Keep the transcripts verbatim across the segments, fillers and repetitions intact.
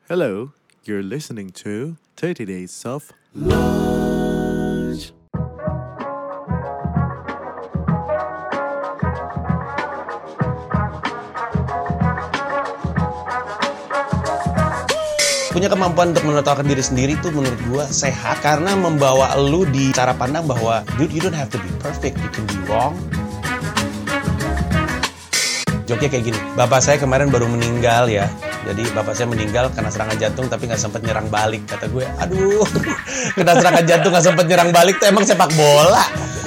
Hello, you're listening to thirty Days of Lunch. Punya kemampuan untuk menertawakan diri sendiri tuh menurut gua sehat karena membawa lu di cara pandang bahwa dude, you don't have to be perfect, you can be wrong. Joknya kayak gini, bapak saya kemarin baru meninggal ya. Jadi bapak saya meninggal karena serangan jantung tapi gak sempat nyerang balik. Kata gue, aduh, kena serangan jantung gak sempat nyerang balik tuh emang sepak bola.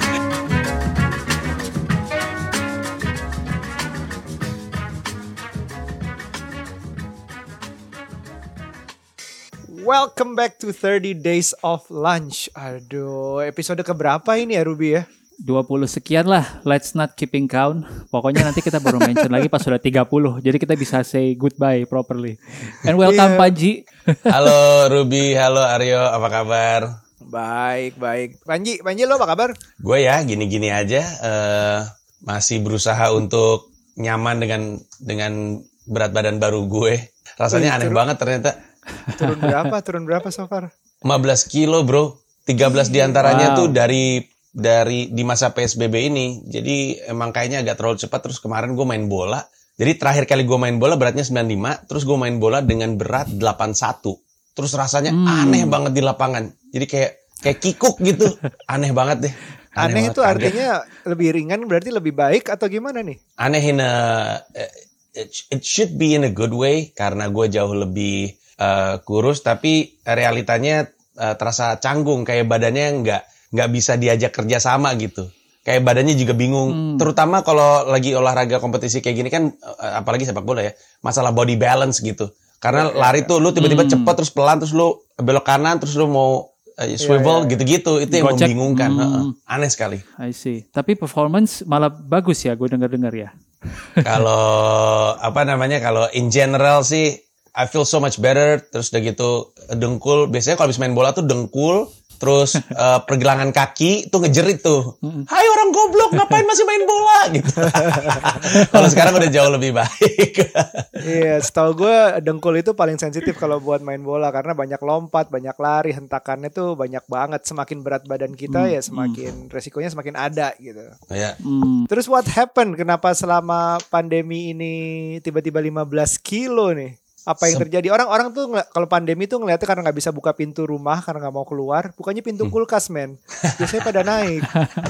Welcome back to thirty Days of Lunch. Aduh, episode keberapa ini ya Ruby ya? dua puluh sekian lah, let's not keeping count. Pokoknya nanti kita baru mention lagi pas sudah tiga puluh. Jadi kita bisa say goodbye properly. And welcome yeah. Panji. Halo Ruby, halo Aryo, apa kabar? Baik, baik. Panji, Panji lo apa kabar? Gue ya gini-gini aja, uh, masih berusaha untuk nyaman dengan dengan berat badan baru gue. Rasanya Wih, aneh turun, banget ternyata. Turun berapa? Turun berapa so far? lima belas kilo bro, tiga belas diantaranya wow. tuh dari dari di masa P S B B ini. Jadi emang kayaknya agak terlalu cepat. Terus kemarin gue main bola. Jadi terakhir kali gue main bola beratnya sembilan puluh lima. Terus gue main bola dengan berat delapan puluh satu. Terus rasanya hmm. aneh banget di lapangan. Jadi kayak kayak kikuk gitu. Aneh banget deh. Aneh, aneh itu banget, artinya kaget. Lebih ringan berarti lebih baik atau gimana nih? Aneh in a, it, it should be in a good way. Karena gue jauh lebih uh, kurus. Tapi realitanya uh, terasa canggung. Kayak badannya nggak nggak bisa diajak kerja sama gitu. Kayak badannya juga bingung. Hmm. Terutama kalau lagi olahraga kompetisi kayak gini kan, apalagi sepak bola ya, masalah body balance gitu. Karena yeah, lari yeah. tuh lu tiba-tiba hmm. cepet terus pelan, terus lu belok kanan, terus lu mau uh, swivel yeah, yeah. gitu-gitu. Itu yang Gocek. membingungkan. Hmm. Aneh sekali. I see. Tapi performance malah bagus ya, gue dengar-dengar ya. Kalau apa namanya, kalau in general sih, I feel so much better. Terus udah gitu dengkul. Biasanya kalau habis main bola tuh dengkul. Terus uh, pergelangan kaki tuh ngejerit tuh. Hai orang goblok, ngapain masih main bola gitu. Kalau sekarang udah jauh lebih baik. Iya, setahu gue dengkul itu paling sensitif kalau buat main bola karena banyak lompat, banyak lari, hentakannya tuh banyak banget. Semakin berat badan kita hmm. ya semakin hmm. resikonya semakin ada gitu. Ya. Hmm. Terus what happened? Kenapa selama pandemi ini tiba-tiba lima belas kilo nih? Apa yang terjadi? Orang-orang tuh ng- kalau pandemi tuh ngeliatnya karena nggak bisa buka pintu rumah karena nggak mau keluar, bukannya pintu kulkas men. Biasanya pada naik.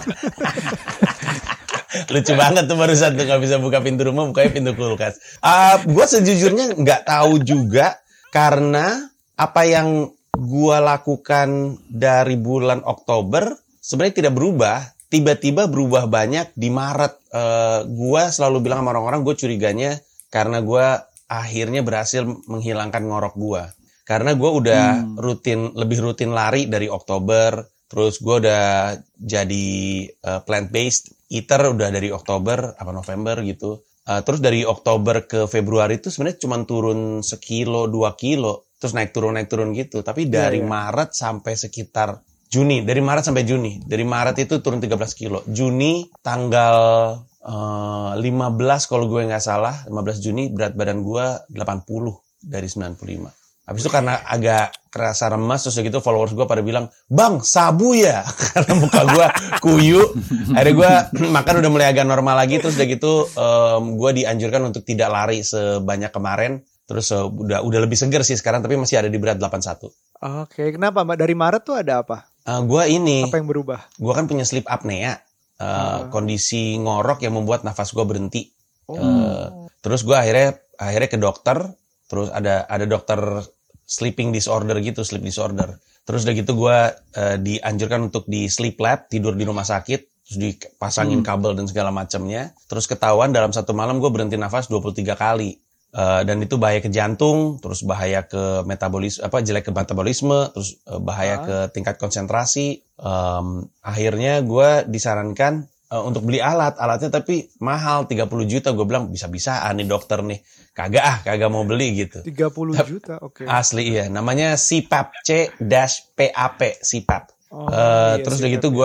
Lucu banget tuh barusan tuh nggak bisa buka pintu rumah, bukanya pintu kulkas. Uh, gue sejujurnya nggak tahu juga karena apa yang gue lakukan dari bulan Oktober sebenarnya tidak berubah. Tiba-tiba berubah banyak di Maret. Uh, gue selalu bilang sama orang-orang gue curiganya karena gue akhirnya berhasil menghilangkan ngorok gue. Karena gue udah hmm. rutin, lebih rutin lari dari Oktober. Terus gue udah jadi uh, plant-based eater udah dari Oktober, apa November gitu. Uh, terus dari Oktober ke Februari itu sebenarnya cuma turun sekilo, dua kilo. Terus naik turun, naik turun gitu. Tapi dari yeah, yeah. Maret sampai sekitar Juni. Dari Maret sampai Juni. Dari Maret itu turun tiga belas kilo. Juni tanggal Uh, lima belas kalau gue nggak salah, lima belas Juni berat badan gue delapan puluh dari sembilan puluh lima. Habis itu karena agak kerasa remas, terus gitu followers gue pada bilang, Bang, sabu ya? Karena muka gue kuyu. Akhirnya gue makan udah mulai agak normal lagi, terus udah gitu um, gue dianjurkan untuk tidak lari sebanyak kemarin. Terus uh, udah udah lebih seger sih sekarang, tapi masih ada di berat delapan puluh satu. Oke, kenapa Mbak? Dari Maret tuh ada apa? Uh, gue ini. Apa yang berubah? Gue kan punya sleep apnea. Uh, hmm. Kondisi ngorok yang membuat nafas gue berhenti. Oh. Uh, terus gue akhirnya akhirnya ke dokter. Terus ada ada dokter sleeping disorder gitu, sleep disorder. Terus udah gitu gue uh, dianjurkan untuk di sleep lab, tidur di rumah sakit. Terus dipasangin hmm. kabel dan segala macamnya. Terus ketahuan dalam satu malam gue berhenti nafas dua puluh tiga kali. Uh, dan itu bahaya ke jantung, terus bahaya ke metabolisme, apa jelek ke metabolisme, terus uh, bahaya ah. ke tingkat konsentrasi. Um, akhirnya gue disarankan uh, untuk beli alat, alatnya tapi mahal tiga puluh juta. Gue bilang bisa-bisaan nih dokter nih, kagak ah, kagak mau beli gitu. tiga puluh juta, oke. Okay. Asli iya, namanya C PAP, C P A P, C PAP. Oh, uh, iya, terus C PAP, udah gitu ya. gue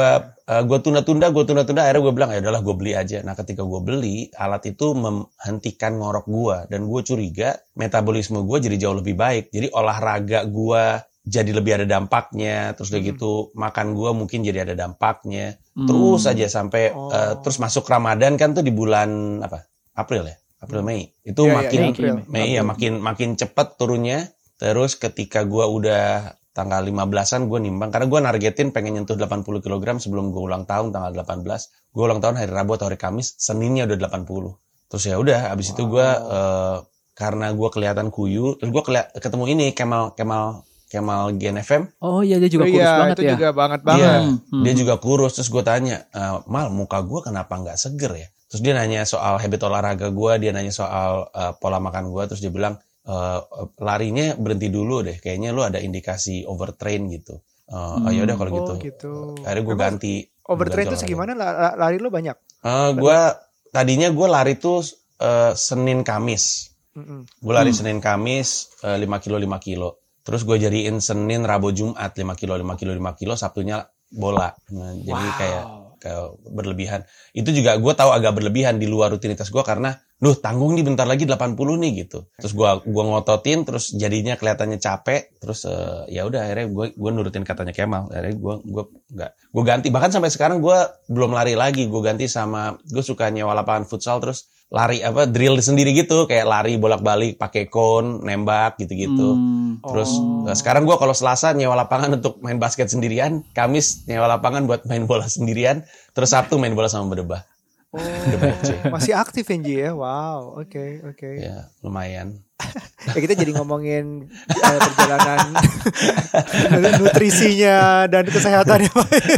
uh, gue tunda-tunda, gue tunda-tunda, akhirnya gue bilang ya udahlah gue beli aja. Nah ketika gue beli, alat itu menghentikan ngorok gue dan gue curiga metabolisme gue jadi jauh lebih baik. Jadi olahraga gue jadi lebih ada dampaknya, terus udah Hmm. gitu makan gue mungkin jadi ada dampaknya. Hmm. Terus aja sampai Oh. uh, terus masuk Ramadan kan tuh di bulan apa? April ya? April Mei. Itu Iya, iya, makin iya, April. Mei ya makin makin cepat turunnya. Terus ketika gue udah tanggal lima belasan gue nimbang karena gue nargetin pengen nyentuh delapan puluh kilogram sebelum gue ulang tahun tanggal delapan belas. Gue ulang tahun hari Rabu atau hari Kamis, Seninnya udah delapan puluh. Terus ya udah abis itu gue uh, karena gue kelihatan kuyu, terus gue keli- ketemu ini Kemal Kemal Kemal Gen F M. Oh iya dia juga Oh kurus iya, banget itu ya. juga banget Iya, banget. Hmm. dia juga kurus. Terus gue tanya, e, Mal, muka gue kenapa nggak seger ya? Terus dia nanya soal habit olahraga gue, dia nanya soal uh, pola makan gue. Terus dia bilang, e, larinya berhenti dulu deh. Kayaknya lu ada indikasi overtrain gitu. Uh, Hmm. Oh yaudah kalau Oh, gitu. gitu. Akhirnya gue Emang ganti. Overtrain ganti itu olahraga. segimana? La- la- Lari lo banyak? Uh, gue tadinya gue lari tuh uh, Senin Kamis. Mm-mm. Gue lari Hmm. Senin Kamis uh, lima kilo lima kilo. Terus gue jadiin Senin Rabu Jumat lima kilo lima kilo lima kilo, Sabtunya bola. Nah, jadi kayak kayak berlebihan. Itu juga gue tahu agak berlebihan di luar rutinitas gue karena duh tanggung nih bentar lagi delapan puluh nih gitu. Terus gue gua ngototin terus jadinya kelihatannya capek. Terus uh, ya udah akhirnya gue gue nurutin katanya Kemal. Akhirnya gue gue nggak gue ganti. Bahkan sampai sekarang gue belum lari lagi. Gue ganti sama gue suka nyewa lapangan futsal terus lari apa drill sendiri gitu kayak lari bolak-balik pakai kon nembak gitu-gitu. Hmm. Terus Oh. uh, sekarang gue kalau Selasa nyewa lapangan untuk main basket sendirian, Kamis nyewa lapangan buat main bola sendirian, terus Sabtu main bola sama berdebah. Oh, Berdebah F C. masih aktif Enji ya? Wow, oke oke. Ya lumayan. Ya kita jadi ngomongin eh, perjalanan nutrisinya dan kesehatannya.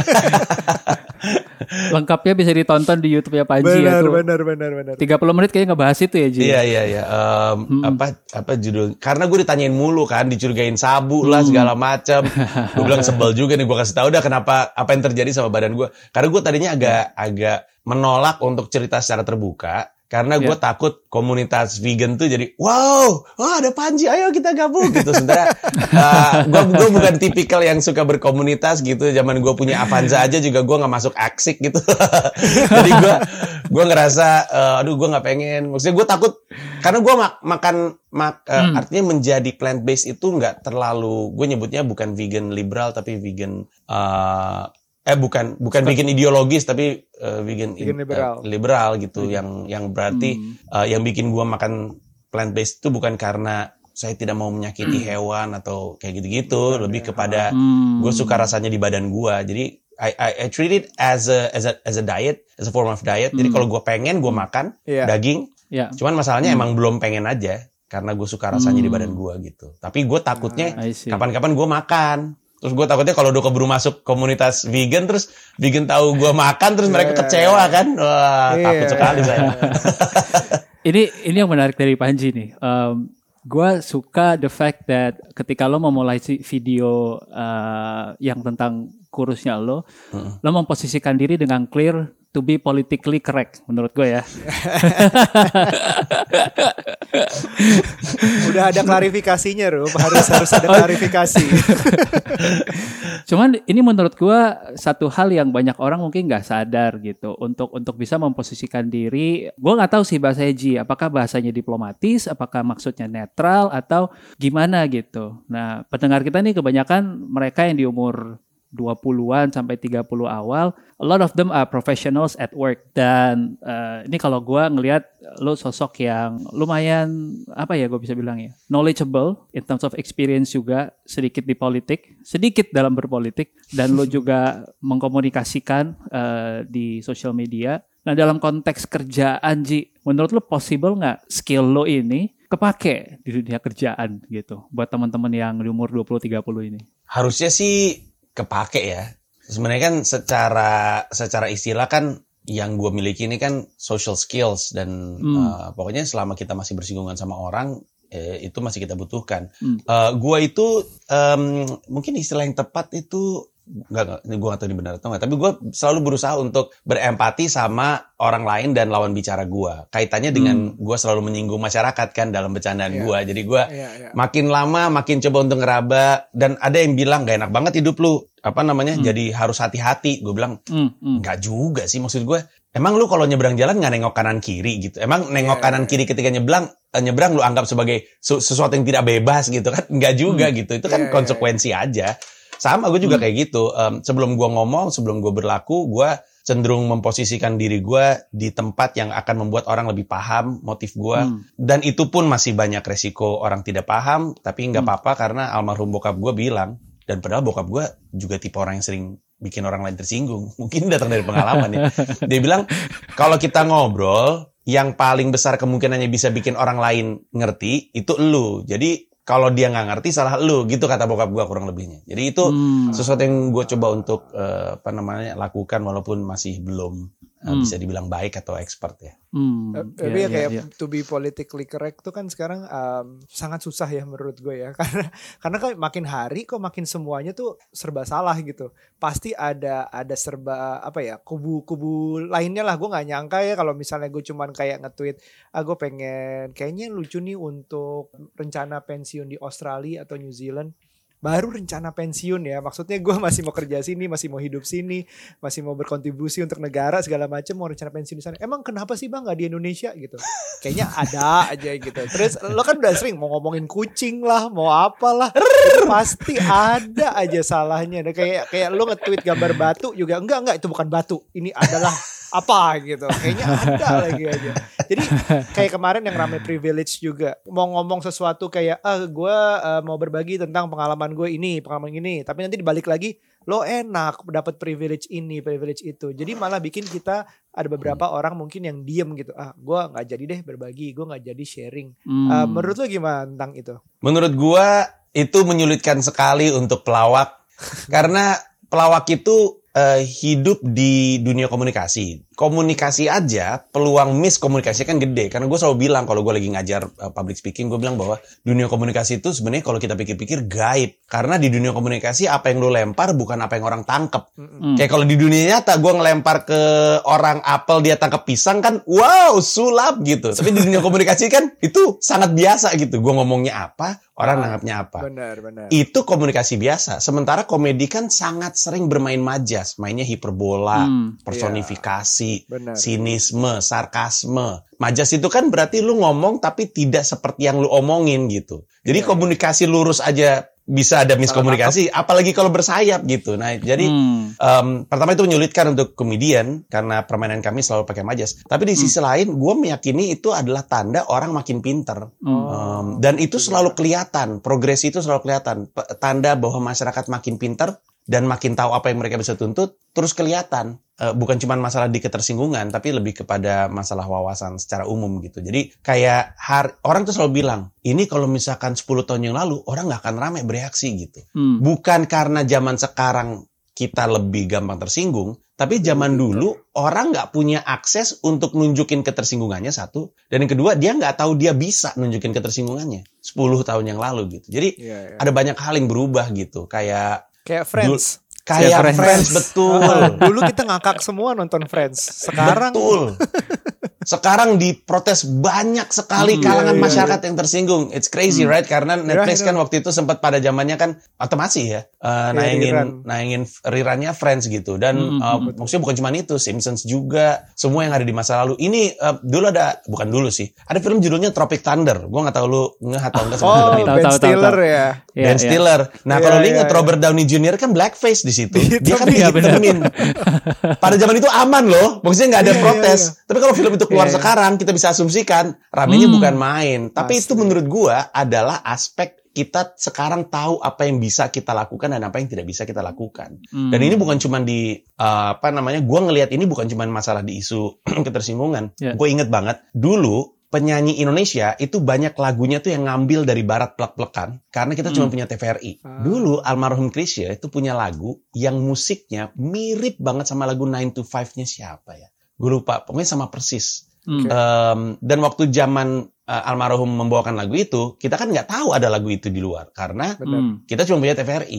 Lengkapnya bisa ditonton di YouTube ya Panji ya Benar, tuh. benar, benar, benar. tiga puluh menit kayaknya ngebahas itu ya Ji. Iya iya iya. Em, Hmm. Apa apa judul? Karena gue ditanyain mulu kan, dicurigain sabu lah segala macam. Gue bilang sebel juga nih. Gue kasih tahu dah kenapa apa yang terjadi sama badan gue. Karena gue tadinya agak agak menolak untuk cerita secara terbuka. Karena gue Ya. takut komunitas vegan tuh jadi wow, wah ada Panji, ayo kita gabung gitu. Sebenarnya uh, gue gue bukan tipikal yang suka berkomunitas gitu. Zaman gue punya Avanza aja juga gue nggak masuk aksik gitu. Jadi gue gue ngerasa, uh, aduh gue nggak pengen. Maksudnya gue takut karena gue mak- makan mak, uh, Hmm. artinya menjadi plant based itu nggak terlalu. Gue nyebutnya bukan vegan liberal tapi vegan. Uh, Eh bukan bukan vegan ideologis tapi uh, vegan, Vegan in- liberal. uh, liberal gitu yang yang berarti Hmm. uh, yang bikin gua makan plant based itu bukan karena saya tidak mau menyakiti hewan atau kayak gitu-gitu, lebih kepada Hmm. gue suka rasanya di badan gua. Jadi I, I I treat it as a as a as a diet, as a form of diet. Jadi Hmm. kalau gua pengen gua makan Iya. daging, Ya. cuman masalahnya Hmm. emang belum pengen aja karena gue suka rasanya di Hmm. badan gua gitu. Tapi gue takutnya I see. kapan-kapan gue makan. Terus gue takutnya kalau udah keburu masuk komunitas vegan, terus vegan tahu gue makan, terus mereka Iya, kecewa kan. Wah, Iya, takut sekali iya, saya. iya. Ini ini yang menarik dari Panji nih. Um, gue suka the fact that ketika lo memulai si- video uh, yang tentang kurusnya lo, Mm-mm. lo memposisikan diri dengan clear to be politically correct menurut gue ya. Udah ada klarifikasinya, Rup. Harus harus ada klarifikasi. Cuman ini menurut gua satu hal yang banyak orang mungkin nggak sadar gitu untuk untuk bisa memposisikan diri. Gua nggak tahu sih bahasa Ji, apakah bahasanya diplomatis, apakah maksudnya netral atau gimana gitu. Nah, pendengar kita nih kebanyakan mereka yang di umur dua puluhan sampai tiga puluh awal, a lot of them are professionals at work. Dan uh, ini kalau gua ngelihat lo sosok yang lumayan apa ya gue bisa bilang ya, knowledgeable in terms of experience juga, sedikit di politik, sedikit dalam berpolitik, dan lo juga mengkomunikasikan uh, di social media. Nah dalam konteks kerjaan Ji, menurut lo possible nggak skill lo ini kepake di dunia kerjaan gitu buat teman-teman yang di umur dua puluh tiga puluh ini? Harusnya sih kepake ya. Sebenarnya kan secara secara istilah kan yang gue miliki ini kan social skills dan Hmm. uh, pokoknya selama kita masih bersinggungan sama orang eh, itu masih kita butuhkan. Hmm. Uh, gue itu um, mungkin istilah yang tepat itu Enggak, enggak, ini gue gak tahu ini benar atau enggak. Tapi gue selalu berusaha untuk berempati sama orang lain dan lawan bicara gue. Kaitannya dengan hmm. gue selalu menyinggung masyarakat kan dalam bercandaan yeah. gue. Jadi gue yeah, yeah. makin lama makin coba untuk ngeraba. Dan ada yang bilang gak enak banget hidup lu. Apa namanya, hmm. jadi harus hati-hati. Gue bilang, hmm. Hmm. gak juga sih maksud gue. Emang lu kalau nyebrang jalan gak nengok kanan kiri gitu? Emang nengok yeah, kanan yeah. kiri ketika nyebrang, uh, nyebrang lu anggap sebagai su- sesuatu yang tidak bebas gitu kan? Enggak juga hmm. gitu. Itu kan yeah, konsekuensi yeah, yeah. aja. Sama gue juga hmm. kayak gitu. Um, sebelum gue ngomong, sebelum gue berlaku, gue cenderung memposisikan diri gue di tempat yang akan membuat orang lebih paham motif gue. Hmm. Dan itu pun masih banyak resiko orang tidak paham, tapi nggak hmm. apa-apa karena almarhum bokap gue bilang, dan padahal bokap gue juga tipe orang yang sering bikin orang lain tersinggung. Mungkin datang dari pengalaman ya. Dia bilang, kalau kita ngobrol, yang paling besar kemungkinannya bisa bikin orang lain ngerti, itu elu. Jadi, kalau dia nggak ngerti, salah elu. Gitu kata bokap gue kurang lebihnya. Jadi itu hmm. sesuatu yang gue coba untuk, uh, apa namanya, lakukan walaupun masih belum uh, hmm. bisa dibilang baik atau expert ya. Hmm. Uh, tapi yeah, ya kayak yeah, yeah. to be politically correct tuh kan sekarang um, sangat susah ya menurut gue ya. Karena karena kan makin hari kok makin semuanya tuh serba salah gitu. Pasti ada ada serba apa ya, kubu-kubu lainnya lah. Gue nggak nyangka ya kalau misalnya gue cuman kayak nge-tweet, ah gue pengen kayaknya lucu nih untuk rencana pensiun di Australia atau New Zealand. Baru rencana pensiun ya, maksudnya gue masih mau kerja sini, masih mau hidup sini, masih mau berkontribusi untuk negara segala macam, mau rencana pensiun di sana. Emang kenapa sih bang nggak di Indonesia gitu? Kayaknya ada aja gitu. Terus lo kan udah sering mau ngomongin kucing lah, mau apalah, itu pasti ada aja salahnya. Dan kayak kayak lo nge-tweet gambar batu juga, enggak enggak itu bukan batu, ini adalah apa gitu, kayaknya ada lagi aja. Jadi kayak kemarin yang ramai privilege juga, mau ngomong sesuatu kayak ah gue uh, mau berbagi tentang pengalaman gue ini, pengalaman ini, tapi nanti dibalik lagi lo enak dapat privilege ini, privilege itu. Jadi malah bikin kita ada beberapa orang mungkin yang diem gitu, ah gue nggak jadi deh berbagi, gue nggak jadi sharing. Hmm. Uh, menurut lo gimana tentang itu? Menurut gue itu menyulitkan sekali untuk pelawak karena pelawak itu uh, hidup di dunia komunikasi. Komunikasi aja, peluang miskomunikasi kan gede. Karena gue selalu bilang, kalau gue lagi ngajar uh, public speaking, gue bilang bahwa dunia komunikasi itu sebenarnya kalau kita pikir-pikir gaib. Karena di dunia komunikasi, apa yang lo lempar bukan apa yang orang tangkep. Mm-hmm. Kayak kalau di dunia nyata, gue ngelempar ke orang apel, dia tangkep pisang kan, wow, sulap gitu. Tapi di dunia komunikasi kan, itu sangat biasa gitu. Gue ngomongnya apa, orang ah, nanggapnya apa. Benar, benar. Itu komunikasi biasa. Sementara komedi kan sangat sering bermain majas. Mainnya hiperbola, hmm, personifikasi, yeah. sinisme, sarkasme. Majas itu kan berarti lu ngomong tapi tidak seperti yang lu omongin gitu. Jadi yeah. komunikasi lurus aja bisa ada miskomunikasi, apalagi kalau bersayap gitu. Nah, jadi hmm. um, pertama itu menyulitkan untuk komedian karena permainan kami selalu pakai majas. Tapi di hmm. sisi lain, gue meyakini itu adalah tanda orang makin pinter. Oh. Um, dan itu selalu kelihatan, progresi itu selalu kelihatan. Tanda bahwa masyarakat makin pinter dan makin tahu apa yang mereka bisa tuntut, terus kelihatan. Uh, bukan cuma masalah di ketersinggungan, tapi lebih kepada masalah wawasan secara umum gitu. Jadi kayak har- orang tuh selalu bilang, ini kalau misalkan sepuluh tahun yang lalu, orang gak akan ramai bereaksi gitu. Hmm. Bukan karena zaman sekarang kita lebih gampang tersinggung, tapi zaman dulu orang gak punya akses untuk nunjukin ketersinggungannya satu. Dan yang kedua, dia gak tahu dia bisa nunjukin ketersinggungannya sepuluh tahun yang lalu gitu. Jadi yeah, yeah. ada banyak hal yang berubah gitu. Kayak Kayak Friends. Du- Kayak Friends. Friends, betul. Dulu kita ngakak semua nonton Friends. Sekarang betul. Sekarang diprotes banyak sekali hmm, kalangan iya, masyarakat iya. yang tersinggung. It's crazy, hmm. right? Karena Netflix yeah, kan yeah. waktu itu sempat pada zamannya kan atau masih ya uh, yeah, nayangin rerun. nayangin rerunnya Friends gitu. Dan hmm, uh, hmm, maksudnya bukan cuma itu, Simpsons juga, semua yang ada di masa lalu. Ini uh, dulu ada, bukan dulu sih, ada film judulnya Tropic Thunder. Gue nggak tahu lu nggak atau nggak sama oh, film ini. Ben Stiller ya. Ben yeah, Stiller. Nah yeah, kalau yeah, lu ingat yeah, Robert yeah. Downey Junior kan blackface di situ. Dia kan dihitemin. Pada zaman itu aman loh, maksudnya nggak ada yeah, protes. Yeah, yeah. Tapi kalau film itu keluar yeah, sekarang, kita bisa asumsikan ramenya hmm. bukan main. Tapi Pasti. Itu menurut gua adalah aspek kita sekarang tahu apa yang bisa kita lakukan dan apa yang tidak bisa kita lakukan. Hmm. Dan ini bukan cuma di uh, apa namanya? Gua ngelihat ini bukan cuma masalah di isu ketersinggungan. Yeah. Gue inget banget dulu penyanyi Indonesia itu banyak lagunya tuh yang ngambil dari barat plek-plekan karena kita hmm. cuma punya T V R I. Ah. Dulu almarhum Chrisye itu punya lagu yang musiknya mirip banget sama lagu nine to five-nya siapa ya? Gue lupa, pokoknya sama persis. Okay. Um, dan waktu zaman uh, almarhum membawakan lagu itu, kita kan nggak tahu ada lagu itu di luar karena hmm. kita cuma punya T V R I.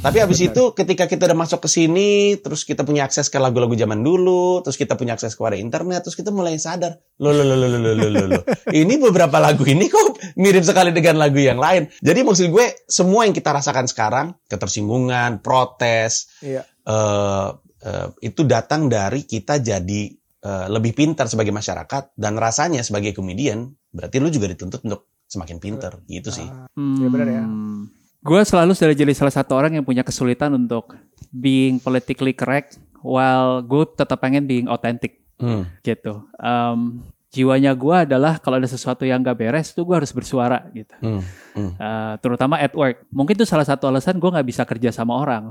Tapi habis itu ketika kita udah masuk ke sini, terus kita punya akses ke lagu-lagu zaman dulu, terus kita punya akses kepada internet, terus kita mulai sadar, loh, loh, loh, loh, loh, loh, loh, loh. Ini beberapa lagu ini kok mirip sekali dengan lagu yang lain. Jadi maksud gue, semua yang kita rasakan sekarang, ketersinggungan, protes, Iya. uh, uh, itu datang dari kita jadi uh, lebih pintar sebagai masyarakat, dan rasanya sebagai komedian, berarti lu juga dituntut untuk semakin pintar, gitu sih. Iya benar ya. Gue selalu sudah jadi salah satu orang yang punya kesulitan untuk being politically correct, while gue tetap pengen being authentic, Hmm. gitu. Um, jiwanya gue adalah kalau ada sesuatu yang gak beres, tuh gue harus bersuara, gitu. Hmm. Hmm. Uh, terutama at work. Mungkin itu salah satu alasan gue gak bisa kerja sama orang.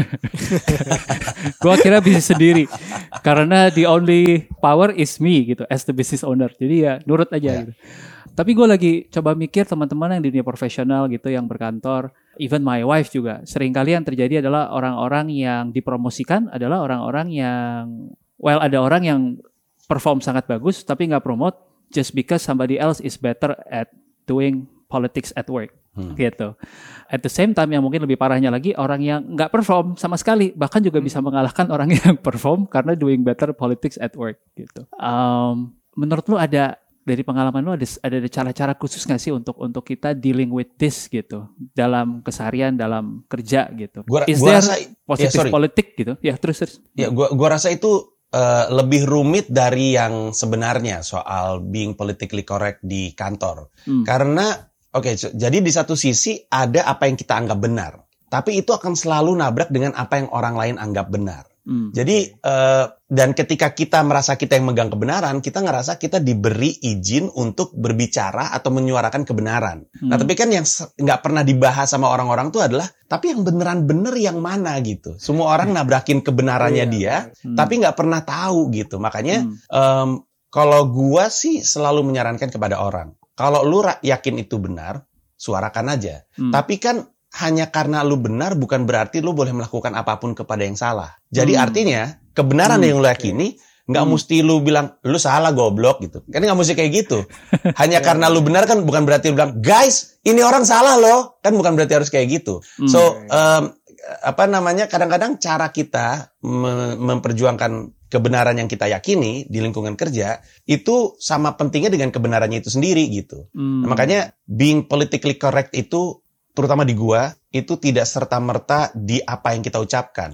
Gue akhirnya bisnis sendiri. Karena the only power is me gitu, as the business owner. Jadi ya nurut aja Yeah. gitu. Tapi gue lagi coba mikir teman-teman yang di dunia profesional gitu, yang berkantor, even my wife juga. Seringkali yang terjadi adalah orang-orang yang dipromosikan adalah orang-orang yang, well ada orang yang perform sangat bagus tapi gak promote just because somebody else is better at doing politics at work. Hmm. Gitu. At the same time yang mungkin lebih parahnya lagi, orang yang nggak perform sama sekali bahkan juga bisa mengalahkan orang yang perform karena doing better politics at work gitu. Um, menurut lu ada dari pengalaman lu ada ada cara-cara khusus nggak sih untuk untuk kita dealing with this gitu dalam keseharian, dalam kerja gitu? Gua, Is gua there rasa, positive ya, politik gitu? Ya terus terus. Ya, gua gua rasa itu uh, lebih rumit dari yang sebenarnya soal being politically correct di kantor. Hmm. Karena oke, okay, so, jadi di satu sisi ada apa yang kita anggap benar, tapi itu akan selalu nabrak dengan apa yang orang lain anggap benar. Hmm. Jadi uh, dan ketika kita merasa kita yang megang kebenaran, kita ngerasa kita diberi izin untuk berbicara atau menyuarakan kebenaran. Hmm. Nah, tapi kan yang nggak pernah dibahas sama orang-orang tuh adalah, tapi yang beneran bener yang mana gitu. Semua orang nabrakin kebenarannya Iya. dia, Hmm. tapi nggak pernah tahu gitu. Makanya Hmm. um, kalau gua sih selalu menyarankan kepada orang, kalau lu ra- yakin itu benar, suarakan aja. Hmm. Tapi kan hanya karena lu benar bukan berarti lu boleh melakukan apapun kepada yang salah. Jadi Hmm. artinya kebenaran Hmm. yang lu yakini nggak Hmm. mesti lu bilang lu salah goblok gitu. Kan nggak mesti kayak gitu. Hanya karena lu benar kan bukan berarti lu bilang guys ini orang salah loh. Kan bukan berarti harus kayak gitu. Hmm. So um, apa namanya kadang-kadang cara kita me- memperjuangkan kebenaran yang kita yakini di lingkungan kerja itu sama pentingnya dengan kebenarannya itu sendiri gitu. Hmm. Nah, makanya being politically correct itu terutama di gua itu tidak serta-merta di apa yang kita ucapkan,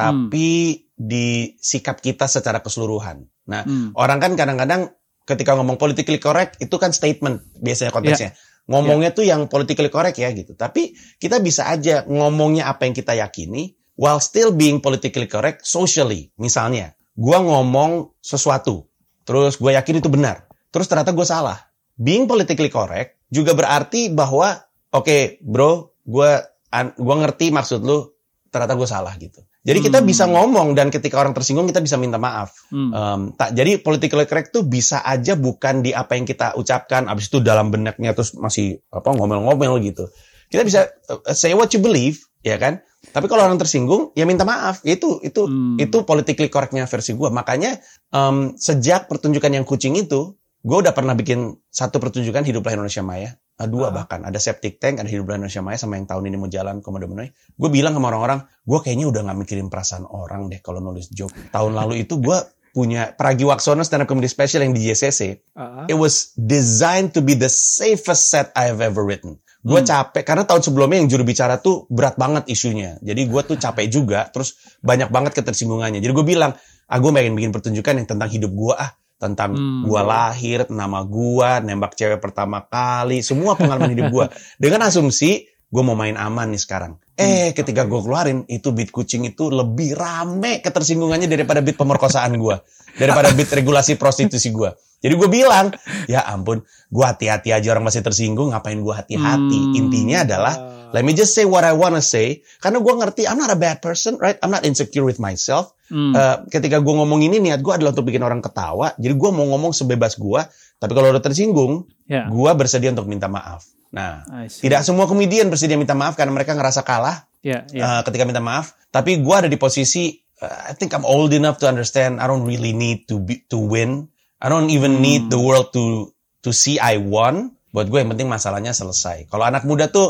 tapi di sikap kita secara keseluruhan. Nah, Hmm. orang kan kadang-kadang ketika ngomong politically correct itu kan statement biasanya konteksnya. Ngomongnya tuh yang politically correct ya gitu. Tapi kita bisa aja ngomongnya apa yang kita yakini while still being politically correct socially. Misalnya, gua ngomong sesuatu, terus gua yakin itu benar, terus ternyata gua salah. Being politically correct juga berarti bahwa oke, okay, bro, gua gua ngerti maksud lu, ternyata gue salah gitu. Jadi kita Hmm. bisa ngomong dan ketika orang tersinggung kita bisa minta maaf. Hmm. Um, tak, jadi politically correct tuh bisa aja bukan di apa yang kita ucapkan, abis itu dalam benaknya terus masih apa ngomel-ngomel gitu. Kita bisa uh, say what you believe, ya kan? Tapi kalau orang tersinggung, ya minta maaf. Itu itu Hmm. itu politically correctnya versi gue. Makanya um, sejak pertunjukan yang kucing itu, gue udah pernah bikin satu pertunjukan Hiduplah Indonesia Maya. Nah, dua Ah. bahkan. Ada Septic Tank, ada Hiduplah Indonesia Maya, sama yang tahun ini mau jalan Komodo Menuai. Gue bilang sama orang-orang, gue kayaknya udah gak mikirin perasaan orang deh kalau nulis joke. Tahun lalu itu gue punya Pragiwaksono stand up comedy special yang di J C C. Ah. It was designed to be the safest set I have ever written. Gue Hmm. capek, karena tahun sebelumnya yang juru bicara tuh berat banget isunya. Jadi gue tuh capek juga, terus banyak banget ketersinggungannya. Jadi gue bilang, ah gue pengen bikin pertunjukan yang tentang hidup gue ah. Tentang Hmm. gue lahir, nama gue, nembak cewek pertama kali, semua pengalaman hidup gue. Dengan asumsi, gue mau main aman nih sekarang. Eh, ketika gue keluarin, itu beat kucing itu lebih rame ketersinggungannya daripada beat pemerkosaan gue. Daripada beat regulasi prostitusi gue. Jadi gue bilang, ya ampun, gue hati-hati aja orang masih tersinggung, ngapain gue hati-hati. Hmm. Intinya adalah, let me just say what I wanna say. Karena gue ngerti, I'm not a bad person, right? I'm not insecure with myself. Hmm. Uh, ketika gue ngomong ini, niat gue adalah untuk bikin orang ketawa. Jadi gue mau ngomong sebebas gue. Tapi kalau udah tersinggung, Ya. gue bersedia untuk minta maaf. Nah, I see. tidak semua komedian bersedia minta maaf karena mereka ngerasa kalah Ya, ya. uh, ketika minta maaf. Tapi gue ada di posisi, uh, I think I'm old enough to understand. I don't really need to be, to win. I don't even Hmm. need the world to to see I won. Buat gue yang penting masalahnya selesai. Kalau anak muda tuh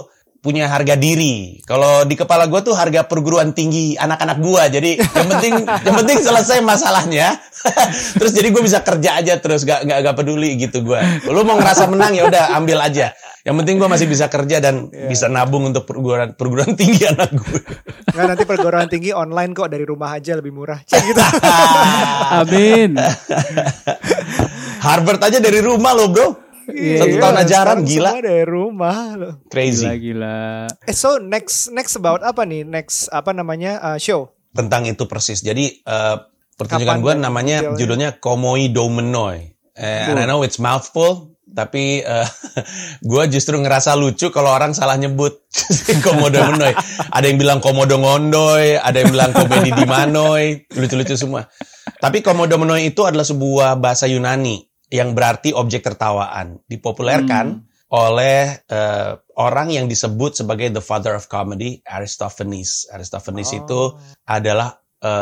punya harga diri. Kalau di kepala gue tuh harga perguruan tinggi anak-anak gue. Jadi yang penting yang penting selesai masalahnya. Terus jadi gue bisa kerja aja terus, gak gak, gak peduli gitu gue. Lu mau ngerasa menang ya udah ambil aja. Yang penting gue masih bisa kerja dan yeah. bisa nabung untuk perguruan perguruan tinggi anak gue. Nggak, nanti perguruan tinggi online kok, dari rumah aja lebih murah. Gitu. Amin. Harvard aja dari rumah loh bro. Iya, Satu tahun ajaran, gila. Semua dari rumah loh. Crazy. Gila-gila. Eh, so next next about apa nih? Next apa namanya uh, show? Tentang itu persis. Jadi uh, pertunjukan gue namanya detailnya? Judulnya Komoi Domenoi. Eh, and I know it's mouthful, tapi uh, gue justru ngerasa lucu kalau orang salah nyebut Komodo Menoi. Ada yang bilang Komodo Ngondoy, ada yang bilang Komedi di Manoi, lucu-lucu semua. Tapi Komodo Menoi itu adalah sebuah bahasa Yunani yang berarti objek tertawaan, dipopulerkan hmm. oleh uh, orang yang disebut sebagai the father of comedy, Aristophanes. Aristophanes oh. itu adalah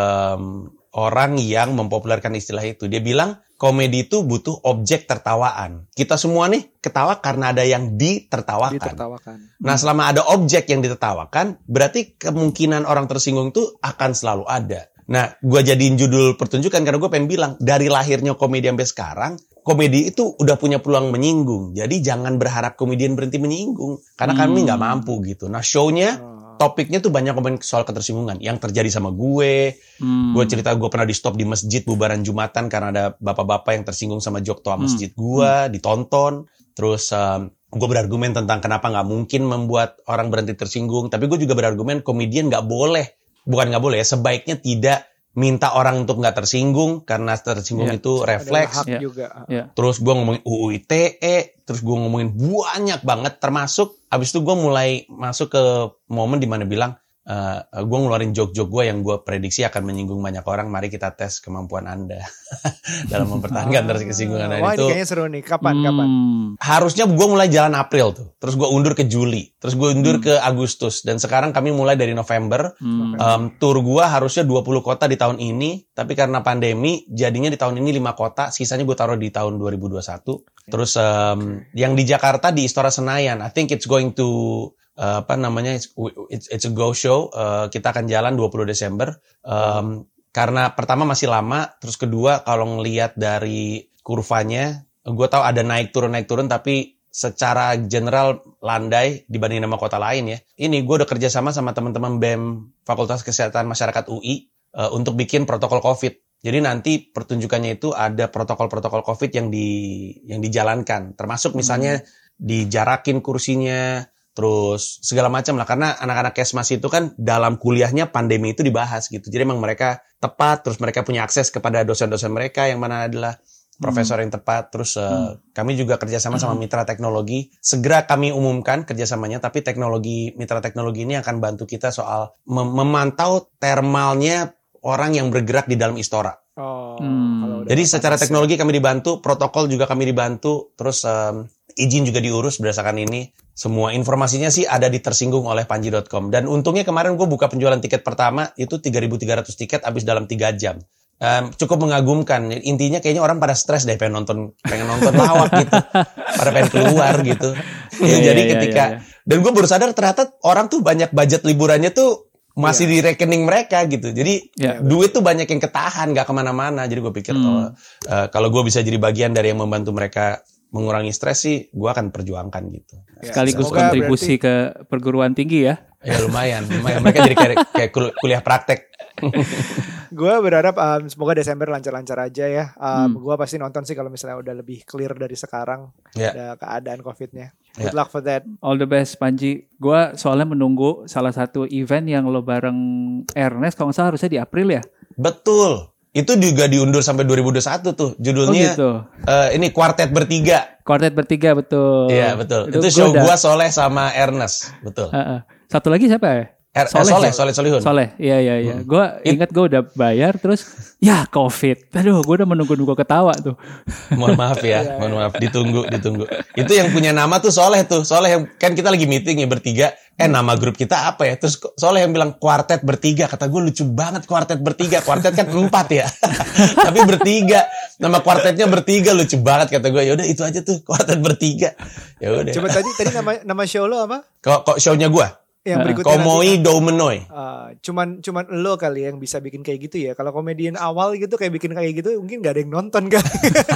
um, orang yang mempopulerkan istilah itu. Dia bilang komedi itu butuh objek tertawaan. Kita semua nih ketawa karena ada yang ditertawakan. Ditertawakan. Nah, selama ada objek yang ditertawakan, berarti kemungkinan orang tersinggung itu akan selalu ada. Nah, gue jadiin judul pertunjukan karena gue pengen bilang, dari lahirnya komedi sampai sekarang, komedi itu udah punya peluang menyinggung. Jadi jangan berharap komedian berhenti menyinggung. Karena hmm. kami nggak mampu gitu. Nah, show-nya, topiknya tuh banyak ngomongin soal ketersinggungan. Yang terjadi sama gue. Hmm. Gue cerita gue pernah di stop di masjid bubaran Jumatan karena ada bapak-bapak yang tersinggung sama jok toa masjid gue. Hmm. Ditonton. Terus um, gue berargumen tentang kenapa nggak mungkin membuat orang berhenti tersinggung. Tapi gue juga berargumen komedian nggak boleh. Bukan nggak boleh ya, sebaiknya tidak minta orang untuk nggak tersinggung karena tersinggung yeah. itu refleks. Yeah. Juga. Yeah. Terus gue ngomongin U U I T E, terus gue ngomongin banyak banget, termasuk abis itu gue mulai masuk ke momen dimana bilang uh, gue ngeluarin joke-joke gue yang gue prediksi akan menyinggung banyak orang. Mari kita tes kemampuan Anda dalam mempertahankan tersinggungan. Wah, itu ini kayaknya seru nih. Kapan? Hmm. Kapan? Harusnya gue mulai jalan April tuh. Terus gue undur ke Juli. Terus gue undur hmm. ke Agustus. Dan sekarang kami mulai dari November. Hmm. Um, tour gue harusnya dua puluh kota di tahun ini. Tapi karena pandemi, jadinya di tahun ini lima kota. Sisanya gue taruh di tahun dua ribu dua puluh satu. Terus um, yang di Jakarta di Istora Senayan. I think it's going to... Uh, apa namanya? It's, it's, it's a go show. Uh, kita akan jalan dua puluh Desember. Um, karena pertama masih lama. Terus kedua, kalau ngelihat dari kurvanya... Gue tahu ada naik turun naik turun tapi secara general landai dibanding nama kota lain ya. Ini gue udah kerjasama sama teman-teman B E M Fakultas Kesehatan Masyarakat U I uh, untuk bikin protokol COVID. Jadi nanti pertunjukannya itu ada protokol-protokol COVID yang di yang dijalankan. Termasuk misalnya hmm. dijarakin kursinya, terus segala macam lah. Karena anak-anak Kesmas itu kan dalam kuliahnya pandemi itu dibahas gitu. Jadi emang mereka tepat, terus mereka punya akses kepada dosen-dosen mereka yang mana adalah profesor yang tepat. Terus uh, hmm. kami juga kerjasama sama mitra teknologi. Segera kami umumkan kerjasamanya, tapi teknologi mitra teknologi ini akan bantu kita soal mem- memantau thermalnya orang yang bergerak di dalam Istora. Oh, hmm. Jadi secara teknologi kami dibantu, protokol juga kami dibantu, terus um, izin juga diurus berdasarkan ini. Semua informasinya sih ada di tersinggung oleh panji dot com. Dan untungnya kemarin gue buka penjualan tiket pertama itu tiga ribu tiga ratus tiket habis dalam tiga jam. Um, cukup mengagumkan. Intinya kayaknya orang pada stres deh pengen nonton pengen nonton lawak gitu. Pada pengen keluar gitu. Ya, yeah, jadi yeah, ketika yeah, yeah. dan gue baru sadar ternyata orang tuh banyak budget liburannya tuh masih yeah. di rekening mereka gitu. Jadi yeah. duit tuh banyak yang ketahan, gak kemana-mana. Jadi gue pikir hmm. oh, uh, kalau gue bisa jadi bagian dari yang membantu mereka mengurangi stres sih, gue akan perjuangkan gitu. Sekaligus Semoga kontribusi berarti... ke perguruan tinggi ya. Ya lumayan, lumayan. Mereka jadi kayak, kayak kul- kuliah praktek. Gue berharap um, semoga Desember lancar-lancar aja ya. Um, hmm. Gue pasti nonton sih kalau misalnya udah lebih clear dari sekarang yeah. ada keadaan COVID-nya. Yeah. Good luck for that. All the best Panji. Gue soalnya menunggu salah satu event yang lo bareng Ernest kalau nggak salah harusnya di April ya. Betul. Itu juga diundur sampai dua ribu dua puluh satu tuh. Judulnya oh gitu. uh, ini Quartet Bertiga. Quartet Bertiga betul. Iya betul. Itu, Itu show gua, gua Soleh sama Ernest. Betul. Uh, uh. Satu lagi siapa ya? Er, Soleh, Soleh, Soleh Solihun. Soleh, iya iya iya. Hmm. Gue ingat gue udah bayar terus ya COVID. Aduh, gue udah menunggu-nunggu ketawa tuh. Mohon maaf ya, mohon maaf. Ditunggu, ditunggu. Itu yang punya nama tuh Soleh tuh. Soleh yang kan kita lagi meeting ya bertiga. eh nama grup kita apa ya? Terus soalnya yang bilang kuartet bertiga, kata gue lucu banget kuartet bertiga. Kuartet kan empat ya, tapi bertiga. Nama kuartetnya bertiga lucu banget kata gue. Ya udah itu aja tuh kuartet bertiga. Ya udah. Coba tadi tadi nama nama show lo apa? Kok kok show-nya gue? Yang berikutnya Komoi nanti, Doumenoi. Uh, cuman cuman lo kali yang bisa bikin kayak gitu ya. Kalau komedian awal gitu kayak bikin kayak gitu mungkin gak ada yang nonton kan.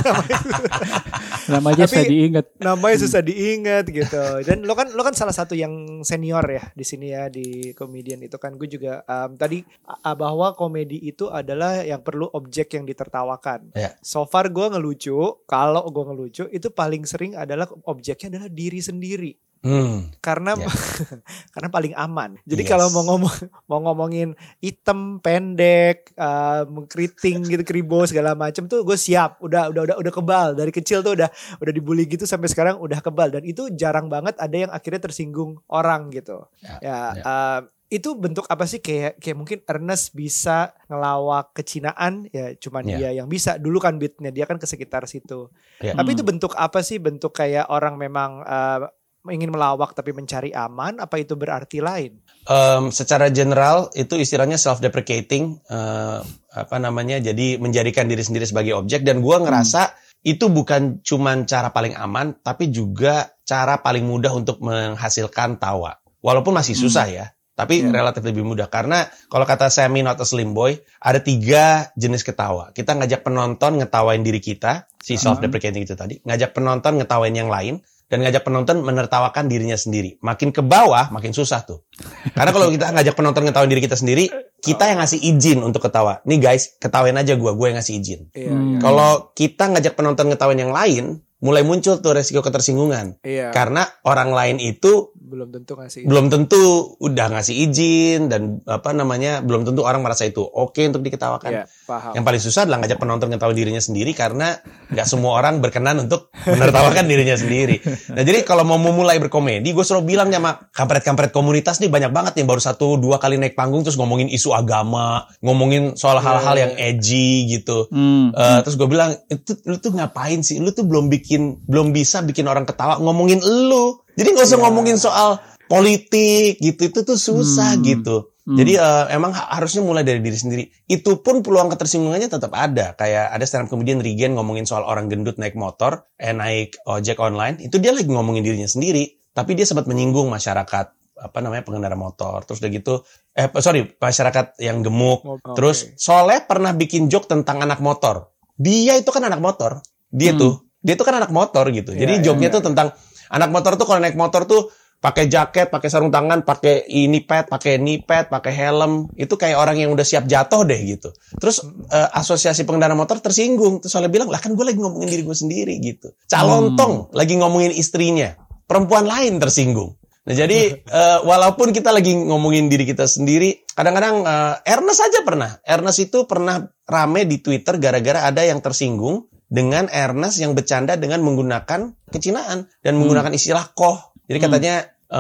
Namanya susah diingat. Namanya susah diingat gitu. Dan lo kan lo kan salah satu yang senior ya di sini ya di komedian itu kan. Gue juga um, tadi uh, bahwa komedi itu adalah yang perlu objek yang ditertawakan. Yeah. So far gue ngelucu, kalau gue ngelucu itu paling sering adalah objeknya adalah diri sendiri. Hmm. Karena Yeah. karena paling aman. Jadi Yes. kalau mau ngomong mau ngomongin hitam, pendek, uh, mengkeriting gitu, kribo segala macam tuh gue siap. Udah udah udah udah kebal dari kecil tuh udah udah dibully gitu sampai sekarang udah kebal dan itu jarang banget ada yang akhirnya tersinggung orang gitu. Yeah. Ya. Yeah. Uh, itu bentuk apa sih kayak kayak mungkin Ernest bisa ngelawak kecinaan ya cuman Yeah. dia yang bisa dulu kan beatnya dia kan ke sekitar situ. Yeah. Tapi Hmm. itu bentuk apa sih bentuk kayak orang memang uh, ingin melawak tapi mencari aman apa itu berarti lain? Um, secara general itu istilahnya self-deprecating, uh, apa namanya, jadi menjadikan diri sendiri sebagai objek. Dan gue ngerasa hmm. itu bukan cuman cara paling aman, tapi juga cara paling mudah untuk menghasilkan tawa. Walaupun masih susah hmm. ya, tapi hmm. relatif lebih mudah. Karena kalau kata Sammy Not a Slim Boy, ada tiga jenis ketawa. Kita ngajak penonton ngetawain diri kita, si self-deprecating itu tadi. Ngajak penonton ngetawain yang lain. Dan ngajak penonton menertawakan dirinya sendiri. Makin ke bawah, makin susah tuh. Karena kalau kita ngajak penonton ngetawain diri kita sendiri, kita yang ngasih izin untuk ketawa. Nih guys, ketawain aja gue, gue yang ngasih izin. Iya, Hmm. iya. Kalau kita ngajak penonton ngetawain yang lain, mulai muncul tuh resiko ketersinggungan. Iya. Karena orang lain itu belum tentu ngasih. belum tentu udah ngasih izin dan apa namanya, belum tentu orang merasa itu oke untuk diketawakan. Iya, paham. Yang paling susah adalah ngajak penonton ngetawain dirinya sendiri karena nggak semua orang berkenan untuk menertawakan dirinya sendiri. Nah jadi kalau mau memulai berkomedi, gue selalu bilang sama kampret-kampret komunitas nih banyak banget yang baru satu dua kali naik panggung terus ngomongin isu agama, ngomongin soal hal-hal yang edgy gitu. Hmm. Uh, terus gue bilang, itu lu tuh ngapain sih? Lu tuh belum bikin, belum bisa bikin orang ketawa ngomongin lu. Jadi nggak usah Ya. ngomongin soal politik gitu, itu tuh susah Hmm. gitu. Hmm. Jadi uh, emang ha- harusnya mulai dari diri sendiri. Itu pun peluang ketersinggungannya tetap ada. Kayak ada stand up kemudian Regen ngomongin soal orang gendut naik motor, eh naik ojek online. Itu dia lagi ngomongin dirinya sendiri. Tapi dia sempat menyinggung masyarakat apa namanya pengendara motor. Terus udah gitu, eh sorry masyarakat yang gemuk. Oke. Terus Soleh pernah bikin joke tentang anak motor. Dia itu kan anak motor. Dia Hmm. tuh, dia tuh kan anak motor gitu. Iya, Jadi iya, joke-nya iya. tuh tentang anak motor tuh kalau naik motor tuh pakai jaket, pakai sarung tangan, pakai ini pad, pakai knee pad, pakai helm. Itu kayak orang yang udah siap jatuh deh gitu. Terus eh, asosiasi pengendara motor tersinggung. Terus Soleh bilang, lah kan gue lagi ngomongin diri gue sendiri gitu. Calontong lagi ngomongin istrinya. Perempuan lain tersinggung. Nah jadi eh, walaupun kita lagi ngomongin diri kita sendiri, kadang-kadang eh, Ernest aja pernah. Ernest itu pernah rame di Twitter gara-gara ada yang tersinggung dengan Ernest yang bercanda dengan menggunakan kecinaan dan menggunakan istilah koh. Jadi katanya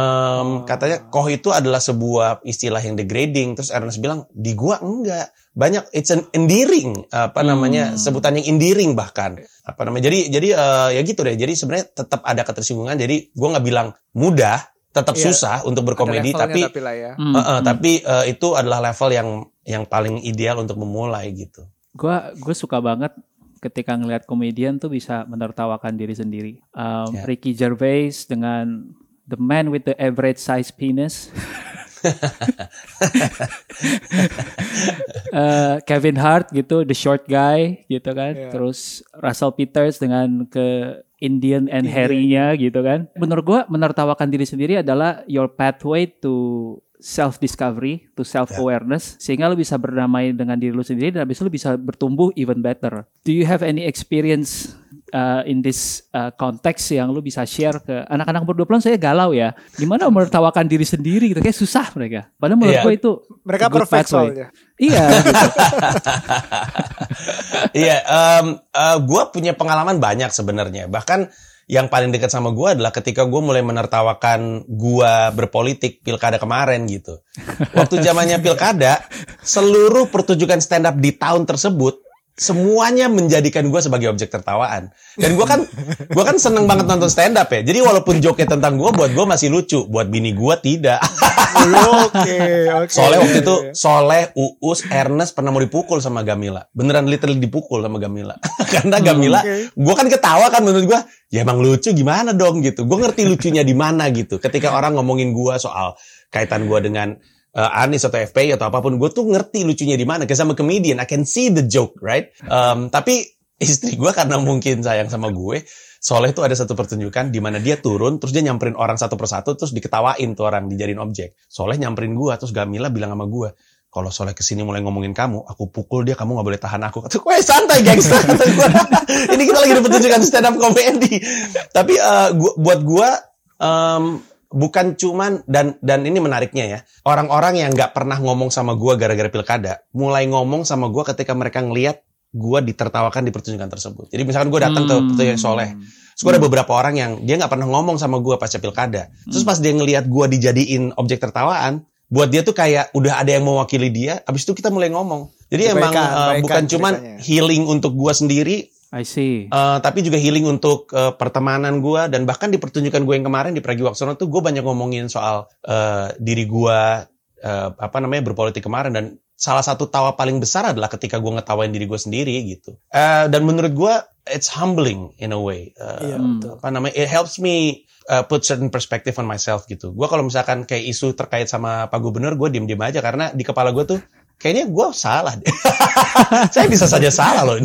em, katanya koh itu adalah sebuah istilah yang degrading. Terus Ernest bilang, di gua enggak. Banyak it's an endearing, apa namanya, sebutan yang endearing bahkan. Apa namanya? Jadi jadi eh, ya gitu deh. Jadi sebenarnya tetap ada ketersinggungan. Jadi gua nggak bilang mudah, tetap Iya, susah untuk berkomedi, Ada tapi levelnya tapi lah ya. Hmm. eh, eh, Hmm. tapi eh, itu adalah level yang yang paling ideal untuk memulai gitu. Gua gue suka banget ketika ngelihat komedian tuh bisa menertawakan diri sendiri. Um, Ya. Ricky Gervais dengan The Man with the Average Size Penis. Uh, Kevin Hart gitu, The Short Guy gitu kan. Ya. Terus Russell Peters dengan ke Indian and Indian. Harry-nya gitu kan. Menurut gua menertawakan diri sendiri adalah your pathway to self-discovery, to self-awareness, sehingga lu bisa berdamai dengan diri lu sendiri dan habis itu lu bisa bertumbuh even better. Do you have any experience uh, in this uh, context yang lu bisa share ke anak-anak umur dua puluhan? Saya galau ya. Gimana menertawakan diri sendiri gitu, kayak susah mereka. Padahal menurut Iya. gua itu Mereka a good perfect pathway. soalnya. Iya gitu. Iya, um, uh, gue punya pengalaman banyak sebenarnya. Bahkan yang paling dekat sama gue adalah ketika gue mulai menertawakan gue berpolitik pilkada kemarin gitu. Waktu zamannya pilkada, seluruh pertunjukan stand up di tahun tersebut semuanya menjadikan gue sebagai objek tertawaan. Dan gue kan gue kan seneng banget nonton stand up ya. Jadi walaupun joke-nya tentang gue, buat gue masih lucu. Buat bini gue tidak. Oke, oke. Soalnya waktu itu Soleh, Uus, Ernest pernah mau dipukul sama Gamila. Beneran literally dipukul sama Gamila. Karena Gamila, Okay. gue kan ketawa kan menurut gue, ya emang lucu gimana dong gitu. Gue ngerti lucunya di mana gitu. Ketika orang ngomongin gue soal kaitan gue dengan Uh, Anies atau F P I atau apapun, gue tuh ngerti lucunya di mana. Karena sama comedian, I can see the joke, right? Um, tapi istri gue karena mungkin sayang sama gue, Soleh tuh ada satu pertunjukan di mana dia turun, terus dia nyamperin orang satu persatu, terus diketawain tuh orang, dijadiin objek. Soleh nyamperin gue, terus Gamila bilang sama gue, kalau Soleh kesini mulai ngomongin kamu, aku pukul dia, kamu gak boleh tahan aku. Kata gue, santai gangster. Kata gue, ini kita lagi di pertunjukan stand up comedy. Tapi uh, gua, buat gue, um, bukan cuman, dan dan ini menariknya ya, orang-orang yang nggak pernah ngomong sama gue gara-gara pilkada, mulai ngomong sama gue ketika mereka ngelihat gue ditertawakan di pertunjukan tersebut. Jadi misalkan gue datang hmm. ke pertunjukan Soleh, terus gue ada beberapa orang yang dia nggak pernah ngomong sama gue pasca pilkada, terus pas dia ngelihat gue dijadiin objek tertawaan, buat dia tuh kayak udah ada yang mewakili dia, abis itu kita mulai ngomong. Jadi Kebaikan, emang uh, kebaikan bukan cuman ceritanya. healing untuk gue sendiri, I see. Uh, tapi juga healing untuk uh, pertemanan gue, dan bahkan di pertunjukan gue yang kemarin di Pragiwaksono tuh gue banyak ngomongin soal uh, diri gue uh, apa namanya berpolitik kemarin, dan salah satu tawa paling besar adalah ketika gue ngetawain diri gue sendiri gitu. Uh, dan menurut gue it's humbling in a way. Uh, Iya, betul. Apa namanya? It helps me uh, put certain perspective on myself gitu. Gue kalau misalkan kayak isu terkait sama Pak Gubernur, gue diem-diem aja karena di kepala gue tuh kayaknya gue salah deh. Saya bisa saja salah loh ini.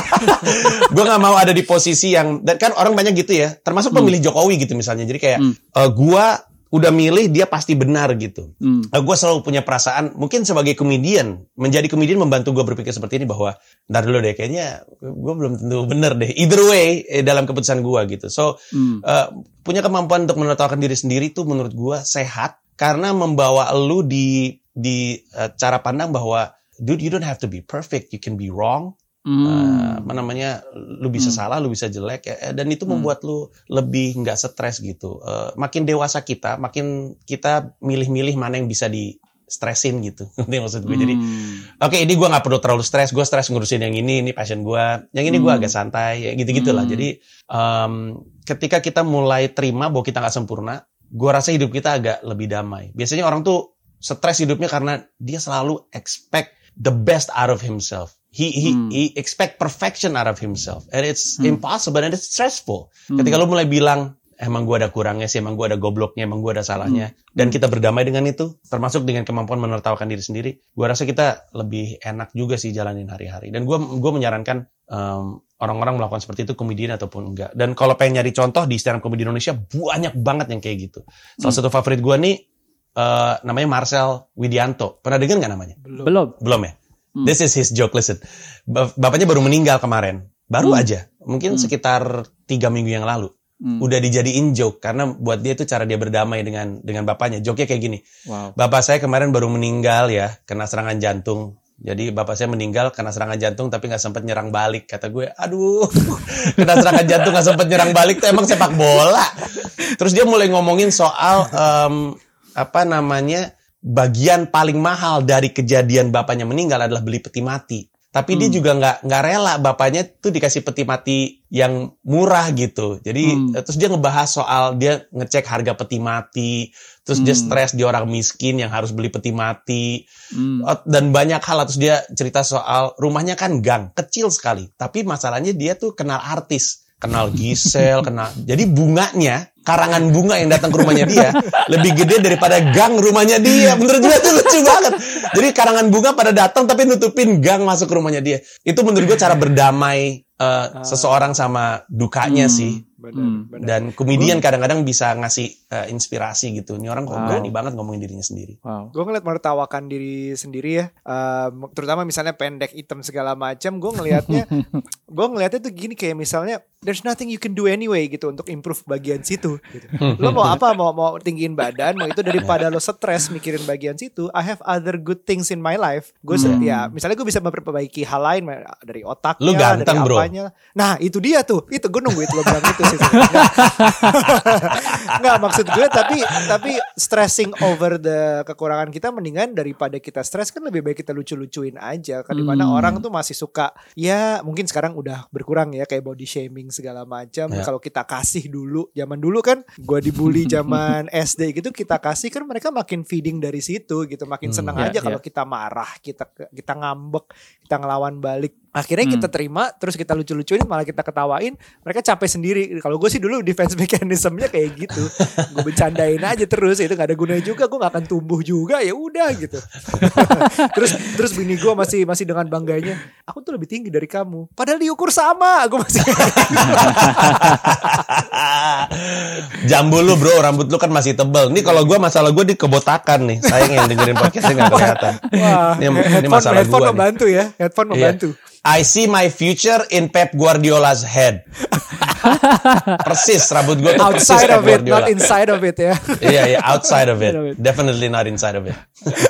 Gue gak mau ada di posisi yang, dan kan orang banyak gitu ya, termasuk pemilih hmm. Jokowi gitu misalnya. Jadi kayak, hmm. uh, gue udah milih, dia pasti benar gitu. Hmm. Uh, gue selalu punya perasaan, mungkin sebagai komedian, menjadi komedian membantu gue berpikir seperti ini, bahwa, ntar dulu deh, kayaknya gue belum tentu benar deh. Either way, eh, dalam keputusan gue gitu. So, hmm. uh, punya kemampuan untuk menertawakan diri sendiri tuh menurut gue sehat, karena membawa lu di di uh, cara pandang bahwa dude, you don't have to be perfect, you can be wrong. Mm. Uh, apa namanya, lu bisa mm. salah, lu bisa jelek, ya, dan itu mm. membuat lu lebih nggak stres gitu. Uh, makin dewasa kita, makin kita milih-milih mana yang bisa di stresin gitu. Nanti maksud gue. Mm. Jadi, oke, okay, ini gue nggak perlu terlalu stres, gue stres ngurusin yang ini, ini passion gue, yang ini mm. gue agak santai, ya gitu-gitulah. Mm. Jadi, um, ketika kita mulai terima bahwa kita nggak sempurna, gue rasa hidup kita agak lebih damai. Biasanya orang tuh stres hidupnya karena dia selalu expect the best out of himself. He he hmm. he expect perfection out of himself, and it's hmm. impossible and it's stressful. Hmm. Ketika lu mulai bilang, emang gue ada kurangnya sih, emang gue ada gobloknya, emang gue ada salahnya, hmm. dan kita berdamai dengan itu, termasuk dengan kemampuan menertawakan diri sendiri, gue rasa kita lebih enak juga sih jalanin hari-hari. Dan gue gue menyarankan um, orang-orang melakukan seperti itu, komedian ataupun enggak. Dan kalau pengen nyari contoh di stand up comedy Indonesia, banyak banget yang kayak gitu. Salah hmm. satu favorit gue nih, Uh, namanya Marcel Widianto. Pernah dengar nggak namanya? Belum. Belum ya? Hmm. This is his joke, listen. Bapaknya baru meninggal kemarin. Baru hmm. aja. Mungkin hmm. sekitar tiga minggu yang lalu. Hmm. Udah dijadiin joke. Karena buat dia itu cara dia berdamai dengan dengan bapaknya. Joke-nya kayak gini. Wow. Bapak saya kemarin baru meninggal ya. Kena serangan jantung. Jadi bapak saya meninggal kena serangan jantung tapi nggak sempat nyerang balik. Kata gue, aduh, kena serangan jantung nggak sempat nyerang balik. Itu emang sepak bola. Terus dia mulai ngomongin soal... Um, apa namanya, bagian paling mahal dari kejadian bapaknya meninggal adalah beli peti mati. Tapi hmm. dia juga nggak nggak rela bapaknya tuh dikasih peti mati yang murah gitu. Jadi hmm. terus dia ngebahas soal dia ngecek harga peti mati, terus hmm. dia stres dia orang miskin yang harus beli peti mati, hmm. dan banyak hal. Terus dia cerita soal rumahnya kan gang kecil sekali, tapi masalahnya dia tuh kenal artis, kenal Gisel, kenal. Jadi bunganya, karangan bunga yang datang ke rumahnya dia lebih gede daripada gang rumahnya dia. Menurut gue itu lucu banget. Jadi karangan bunga pada datang tapi nutupin gang masuk ke rumahnya dia. Itu menurut gue cara berdamai uh, seseorang sama dukanya hmm. sih. Benar, hmm. benar. Dan komedian kadang-kadang bisa ngasih uh, inspirasi gitu. Ini orang kok wow. berani banget ngomongin dirinya sendiri. Wow. Gue ngeliat menertawakan diri sendiri ya, uh, terutama misalnya pendek, hitam segala macam. Gue ngelihatnya, gue ngelihatnya tuh gini, kayak misalnya there's nothing you can do anyway gitu untuk improve bagian situ. Gitu. Lo mau apa? Mau mau tinggiin badan, mau itu, daripada lo stres mikirin bagian situ. I have other good things in my life. Gue hmm. ya, misalnya gue bisa memperbaiki hal lain dari otaknya, lu ganteng, dari apanya. Bro. Nah itu dia tuh, itu gue nunggu itu lo bilang itu. Nggak, maksud maksud gue tapi tapi stressing over the kekurangan kita mendingan daripada kita stres kan lebih baik kita lucu-lucuin aja kan, dimana Hmm. orang tuh masih suka ya mungkin sekarang udah berkurang ya kayak body shaming segala macam. Ya. Kalau kita kasih dulu zaman dulu kan gue dibully zaman S D gitu, kita kasih kan mereka makin feeding dari situ gitu, makin Hmm. senang Ya, aja ya. kalau kita marah, kita kita ngambek, kita ngelawan balik. Akhirnya Hmm. kita terima, terus kita lucu-lucuin, malah kita ketawain, mereka capek sendiri. Kalau gue sih dulu defense mechanism-nya kayak gitu, gue bercandain aja terus, itu nggak ada gunanya juga, gue nggak akan tumbuh juga, ya udah gitu. terus terus bini gue masih masih dengan bangganya, aku tuh lebih tinggi dari kamu, padahal diukur sama, gue masih. Jambu lu bro, rambut lu kan masih tebal. Nih kalau gue masalah gue di kebotakan nih. Sayang yang dengerin podcastnya nggak kelihatan. Wah, Ini, ini headphone, masalah headphone gue nih. membantu ya, headphone Iya. membantu. I see my future in Pep Guardiola's head. Persis rambut gue tuh persis Outside Pep of it, Guardiola. not inside of it ya. Iya, iya, outside of it. Outside of it. Definitely not inside of it.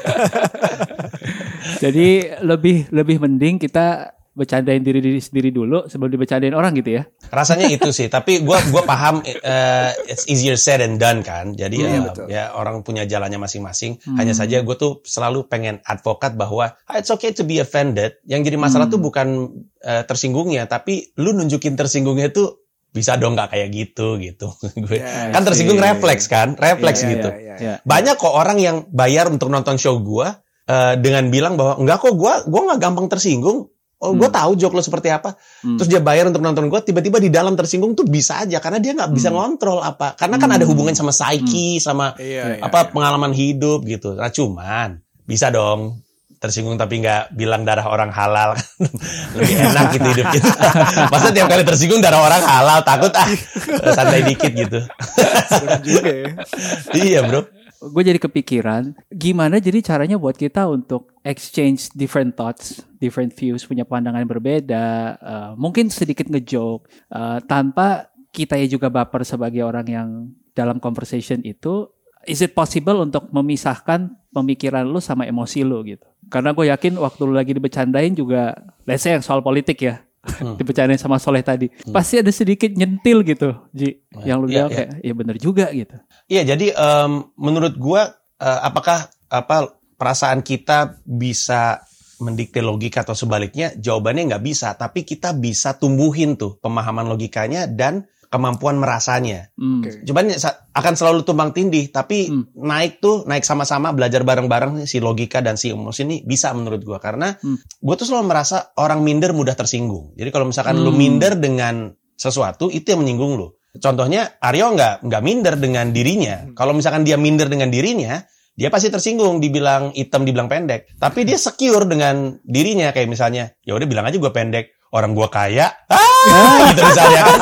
Jadi lebih lebih mending kita bercandain diri diri sendiri dulu sebelum dibercandain orang gitu ya. Rasanya itu sih, tapi gue gua paham uh, it's easier said than done kan. Jadi Iya, uh, betul. ya orang punya jalannya masing-masing. Hmm. Hanya saja gue tuh selalu pengen advokat bahwa ah, it's okay to be offended. Yang jadi masalah Hmm. tuh bukan uh, tersinggungnya, tapi lu nunjukin tersinggungnya tuh bisa dong nggak kayak gitu gitu. Gue Ya, kan tersinggung iya, refleks kan, refleks Iya, gitu. iya, iya. Ya. Banyak kok orang yang bayar untuk nonton show gue uh, dengan bilang bahwa enggak kok gue gue nggak gampang tersinggung. Oh, gue Hmm. tahu joke lo seperti apa. Hmm. Terus dia bayar untuk nonton gue, tiba-tiba di dalam tersinggung tuh bisa aja karena dia nggak bisa Hmm. ngontrol apa. Karena kan Hmm. ada hubungan sama psyche, sama Iya, iya, apa iya. pengalaman hidup gitu. Nah, cuman bisa dong tersinggung tapi nggak bilang darah orang halal. Lebih enak gitu hidup kita. Masa tiap kali tersinggung darah orang halal, takut ah santai dikit gitu. Serem juga ya. Iya bro. Gue jadi kepikiran gimana jadi caranya buat kita untuk exchange different thoughts, different views, punya pandangan yang berbeda, uh, mungkin sedikit ngejoke uh, tanpa kita ya juga baper sebagai orang yang dalam conversation itu. Is it possible untuk memisahkan pemikiran lu sama emosi lu gitu? Karena gue yakin waktu lu lagi dibecandain juga, let's say yang soal politik ya, Hmm. dibecandain sama Soleh tadi, pasti ada sedikit nyentil gitu, Ji, yang lu Iya, bilang iya. kayak, ya bener juga gitu. Iya, jadi em, menurut gua eh, apakah apa perasaan kita bisa mendikte logika atau sebaliknya? Jawabannya nggak bisa, tapi kita bisa tumbuhin tuh pemahaman logikanya dan kemampuan merasanya. Hmm. Oke. Cuman sa- akan selalu tumbang tindih, tapi Hmm. naik tuh, naik sama-sama, belajar bareng-bareng si logika dan si emosi ini bisa menurut gua. Karena Hmm. gua tuh selalu merasa orang minder mudah tersinggung. Jadi kalau misalkan lu Hmm. minder dengan sesuatu, itu yang menyinggung lu. Contohnya Aryo nggak nggak minder dengan dirinya. Kalau misalkan dia minder dengan dirinya, dia pasti tersinggung, dibilang hitam, dibilang pendek. Tapi dia secure dengan dirinya, kayak misalnya, ya udah bilang aja gue pendek, orang gue kaya, ah, gitu misalnya kan.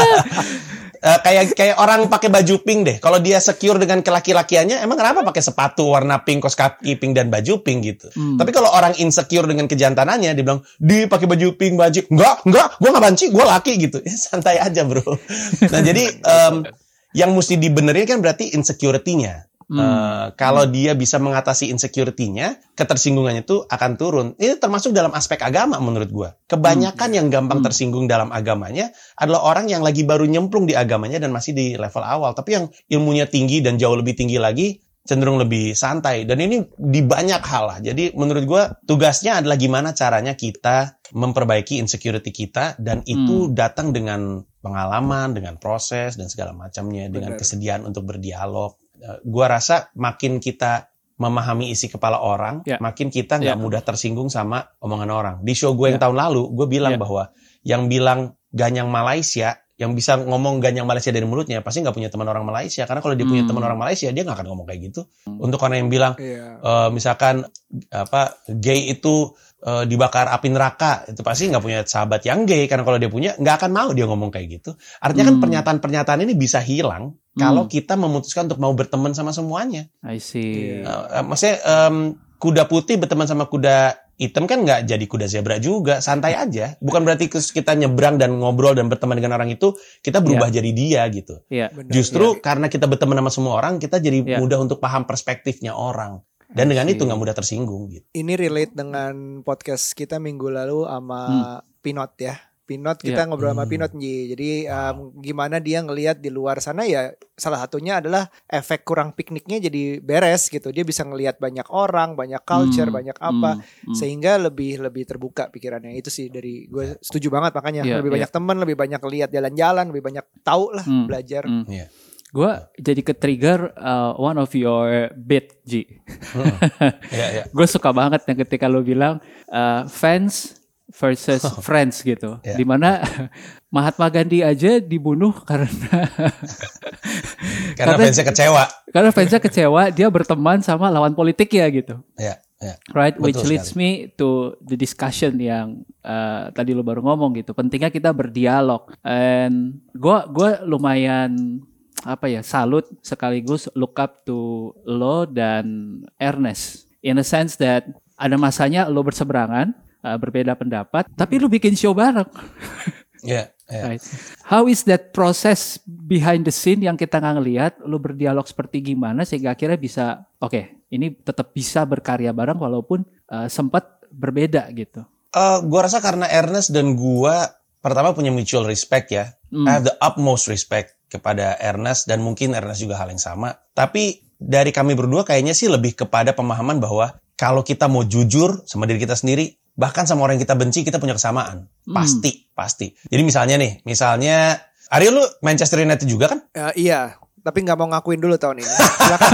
Eh, kayak kayak orang pakai baju pink deh. Kalau dia secure dengan kelaki-lakiannya, emang kenapa pakai sepatu warna pink, kaos kaki pink dan baju pink gitu? Hmm. Tapi kalau orang insecure dengan kejantanannya, dia bilang, "Di pakai baju pink, baju enggak, enggak, gue nggak banci, gue laki gitu." Ya, santai aja bro. Nah jadi em, yang mesti dibenerin kan berarti insecurity-nya. Hmm. Eh, kalau dia bisa mengatasi insecurity-nya, ketersinggungannya itu akan turun. Ini termasuk dalam aspek agama menurut gua. Kebanyakan yang gampang Hmm. tersinggung dalam agamanya adalah orang yang lagi baru nyemplung di agamanya dan masih di level awal. Tapi yang ilmunya tinggi dan jauh lebih tinggi lagi, cenderung lebih santai. Dan ini di banyak hal lah. Jadi menurut gua tugasnya adalah gimana caranya kita memperbaiki insecurity kita. Dan itu Hmm. datang dengan pengalaman, dengan proses, dan segala macamnya. Dengan Benar. kesediaan untuk berdialog. Uh, gua rasa makin kita memahami isi kepala orang, Ya. makin kita nggak Ya. mudah tersinggung sama omongan orang. Di show gue yang Ya. tahun lalu, gue bilang Ya. bahwa yang bilang ganyang Malaysia, yang bisa ngomong ganyang Malaysia dari mulutnya, pasti nggak punya teman orang Malaysia. Karena kalau dia punya Hmm. teman orang Malaysia, dia nggak akan ngomong kayak gitu. Untuk orang yang bilang, Iya. eh, misalkan apa gay itu eh, dibakar api neraka, itu pasti nggak punya sahabat yang gay. Karena kalau dia punya, nggak akan mau dia ngomong kayak gitu. Artinya kan Hmm. pernyataan-pernyataan ini bisa hilang kalau kita memutuskan untuk mau berteman sama semuanya. I see. Iya. Uh, maksudnya em, kuda putih berteman sama kuda hitam kan nggak jadi kuda zebra juga, santai aja. Bukan berarti kes- kita nyebrang dan ngobrol dan berteman dengan orang itu kita berubah jadi dia gitu. Iya. Benar. Justru karena kita berteman sama semua orang, kita jadi Iya. mudah untuk paham perspektifnya orang. Dan dengan I see. itu nggak mudah tersinggung gitu. Ini relate dengan podcast kita minggu lalu sama Hmm. Pinot ya. Pinot kita Iya. ngobrol sama Hmm. Pinot Ji. Jadi um, gimana dia ngelihat di luar sana ya salah satunya adalah efek kurang pikniknya jadi beres gitu. Dia bisa ngelihat banyak orang, banyak culture, Hmm, banyak apa hmm, hmm. sehingga lebih lebih terbuka pikirannya. Itu sih dari gue setuju banget makanya Iya, lebih iya. banyak teman, lebih banyak lihat jalan-jalan, lebih banyak tahu lah Hmm, belajar. hmm. Iya. Gue jadi ke-trigger uh, one of your bit, Ji. Iya, iya. Gue suka banget yang ketika lo bilang uh, fans versus friends gitu. Ya. Dimana Mahatma Gandhi aja dibunuh karena Karena Karena- fansnya kecewa. karena fansnya kecewa dia berteman sama lawan politik ya gitu. Iya, iya. Right, Betul which leads me to the discussion yang uh, tadi lo baru ngomong gitu. Pentingnya kita berdialog. And gua gua lumayan apa ya, salut sekaligus look up to lo dan Ernest. In a sense that ada masanya lo berseberangan, uh, berbeda pendapat, tapi lo bikin show bareng. Iya, iya. Right. How is that process behind the scene yang kita nggak ngelihat, lo berdialog seperti gimana sehingga akhirnya bisa, oke, ini tetap bisa berkarya bareng walaupun uh, sempat berbeda gitu. Eh, gua rasa karena Ernest dan gua pertama punya mutual respect ya. Hmm. I have the utmost respect kepada Ernest dan mungkin Ernest juga hal yang sama. Tapi dari kami berdua kayaknya sih lebih kepada pemahaman bahwa kalau kita mau jujur sama diri kita sendiri, bahkan sama orang yang kita benci, kita punya kesamaan. Pasti, pasti. Jadi misalnya nih, misalnya Aryo lu Manchester United juga kan? Ya, iya, tapi nggak mau ngakuin dulu tahun ini. Silakan.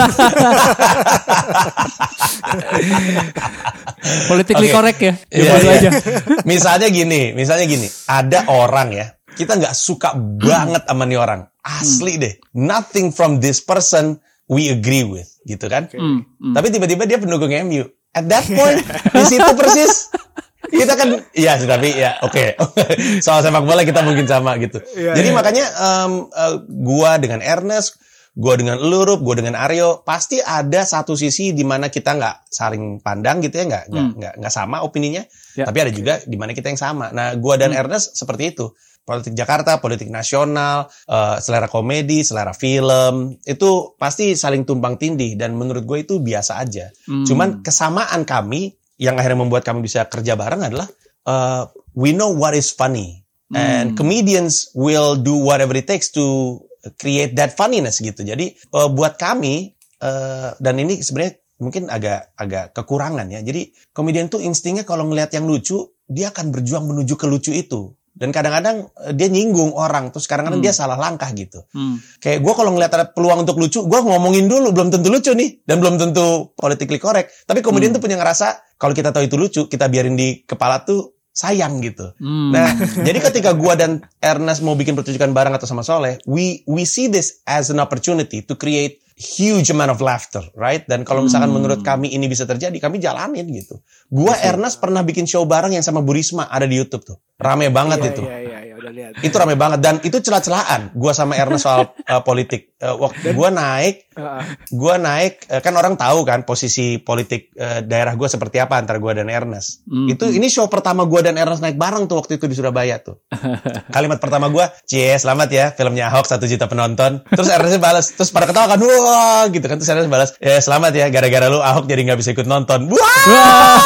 Politically Oke. correct ya. Iya, Gimana iya. aja. Misalnya gini, misalnya gini, ada orang ya, kita nggak suka banget sama nih orang, asli deh. Nothing from this person we agree with, gitu kan? Hmm, hmm. Tapi tiba-tiba dia pendukung M U. At that point, di situ persis kita kan, iya sih, tapi ya oke. Soal sepak bola kita mungkin sama gitu. Iya, Jadi iya. makanya em, eh, gua dengan Ernest, gua dengan Lurup, gua dengan Aryo, pasti ada satu sisi di mana kita nggak saling pandang gitu ya, nggak nggak Hmm. nggak nggak sama opininya. Ya. Tapi ada juga di mana kita yang sama. Nah, gua dan Ernest seperti itu. Politik Jakarta, politik nasional, eh, selera komedi, selera film, itu pasti saling tumpang tindih dan menurut gue itu biasa aja. Hmm. Cuman kesamaan kami yang akhirnya membuat kami bisa kerja bareng adalah uh, we know what is funny and Hmm. comedians will do whatever it takes to create that funniness gitu. Jadi uh, buat kami uh, dan ini sebenarnya mungkin agak agak kekurangan ya. Jadi komedian tuh instingnya kalau ngelihat yang lucu, dia akan berjuang menuju ke lucu itu. Dan kadang-kadang uh, dia nyinggung orang, terus kadang-kadang Hmm. dia salah langkah gitu. Hmm. Kayak gue kalau ngeliat ada peluang untuk lucu, gue ngomongin dulu, belum tentu lucu nih, dan belum tentu politically correct. Tapi komedian Hmm. tuh punya ngerasa, kalau kita tahu itu lucu, kita biarin di kepala tuh sayang gitu. Hmm. Nah, jadi ketika gue dan Ernest mau bikin pertunjukan bareng atau sama Soleh, we we see this as an opportunity to create huge amount of laughter, right? Dan kalau misalkan Hmm. menurut kami ini bisa terjadi, kami jalanin gitu. Gua Ernest pernah bikin show bareng yang sama Bu Risma, ada di YouTube tuh. Rame banget Iya, itu. Iya, iya, iya, udah lihat. Itu rame banget dan itu celah-celahan gua sama Ernest soal uh, politik. Uh, waktu gua naik, Heeh. gua naik uh, kan orang tahu kan posisi politik uh, daerah gua seperti apa antara gua dan Ernest. Hmm. Itu ini show pertama gua dan Ernest naik bareng tuh waktu itu di Surabaya tuh. Kalimat pertama gua, "Cie, selamat ya, filmnya Ahok satu juta penonton." Terus Ernest balas, terus pada ketawa kan, "Wah," gitu kan. Terus Ernest balas, "Ya, selamat ya, gara-gara lu Ahok jadi nggak bisa ikut nonton." Wah!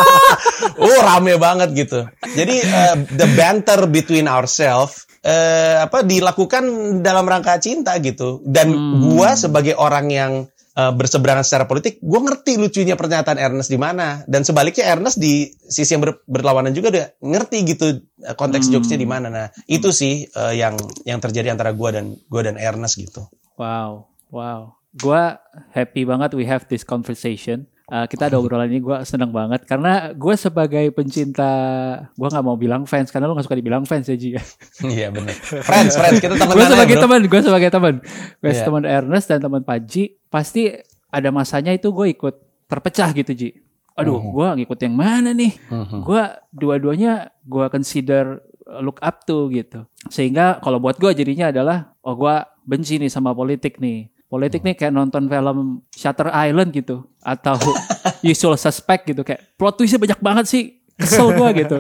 Oh, rame banget gitu. Jadi uh, the banter between ourselves eh apa dilakukan dalam rangka cinta gitu. Dan Hmm. gua sebagai orang yang uh, berseberangan secara politik, gua ngerti lucunya pernyataan Ernest di mana. Dan sebaliknya Ernest di sisi yang ber- berlawanan juga udah ngerti gitu uh, konteks Hmm. jokesnya di mana. Nah, itu sih uh, yang yang terjadi antara gua dan gua dan Ernest gitu. Wow, wow. Gua happy banget we have this conversation. Uh, kita ada obrolan ini, gue seneng banget karena gue sebagai pencinta, gue nggak mau bilang fans karena lo nggak suka dibilang fans ya Ji. Iya benar. Friends, friends kita teman Gue sebagai teman, gue sebagai teman, gue Iya. teman Ernest dan teman Paji, pasti ada masanya itu gue ikut terpecah gitu Ji. Aduh, Mhm. gue ngikut yang mana nih? Mhm. Gue dua-duanya gue consider uh, look up to gitu. Sehingga kalau buat gue jadinya adalah, oh gue benci nih sama politik nih. Politik nih kayak nonton film Shutter Island gitu atau Usual Suspect gitu, kayak plot twistnya banyak banget sih, kesel gue gitu.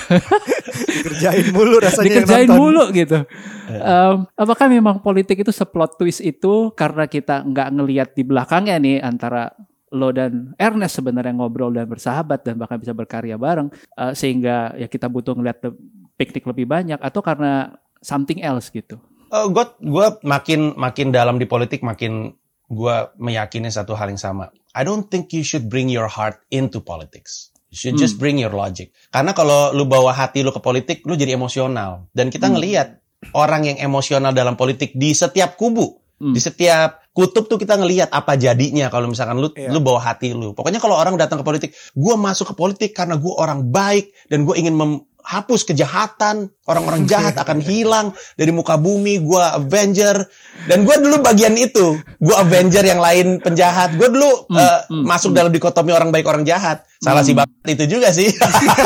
Dikerjain mulu rasanya yang Dikerjain nonton. mulu gitu. Um, apakah memang politik itu seplot twist itu karena kita nggak ngelihat di belakangnya nih antara lo dan Ernest sebenarnya ngobrol dan bersahabat dan bahkan bisa berkarya bareng, uh, sehingga ya kita butuh ngelihat the piknik lebih banyak atau karena something else gitu? Uh, gue gue makin makin dalam di politik makin gue meyakini satu hal yang sama. I don't think you should bring your heart into politics. You should just bring your logic. Karena kalau lu bawa hati lu ke politik, lu jadi emosional. Dan kita hmm. ngelihat orang yang emosional dalam politik di setiap kubu, hmm. di setiap kutub tuh kita ngelihat apa jadinya kalau misalkan lu yeah. lu bawa hati lu. Pokoknya kalau orang datang ke politik, gue masuk ke politik karena gue orang baik dan gue ingin mem- hapus kejahatan, orang-orang jahat akan hilang dari muka bumi, gue Avenger, dan gue dulu bagian itu, gue Avenger yang lain penjahat, gue dulu hmm, uh, hmm, masuk hmm. dalam dikotomi orang baik orang jahat, salah hmm. si bapak itu juga sih,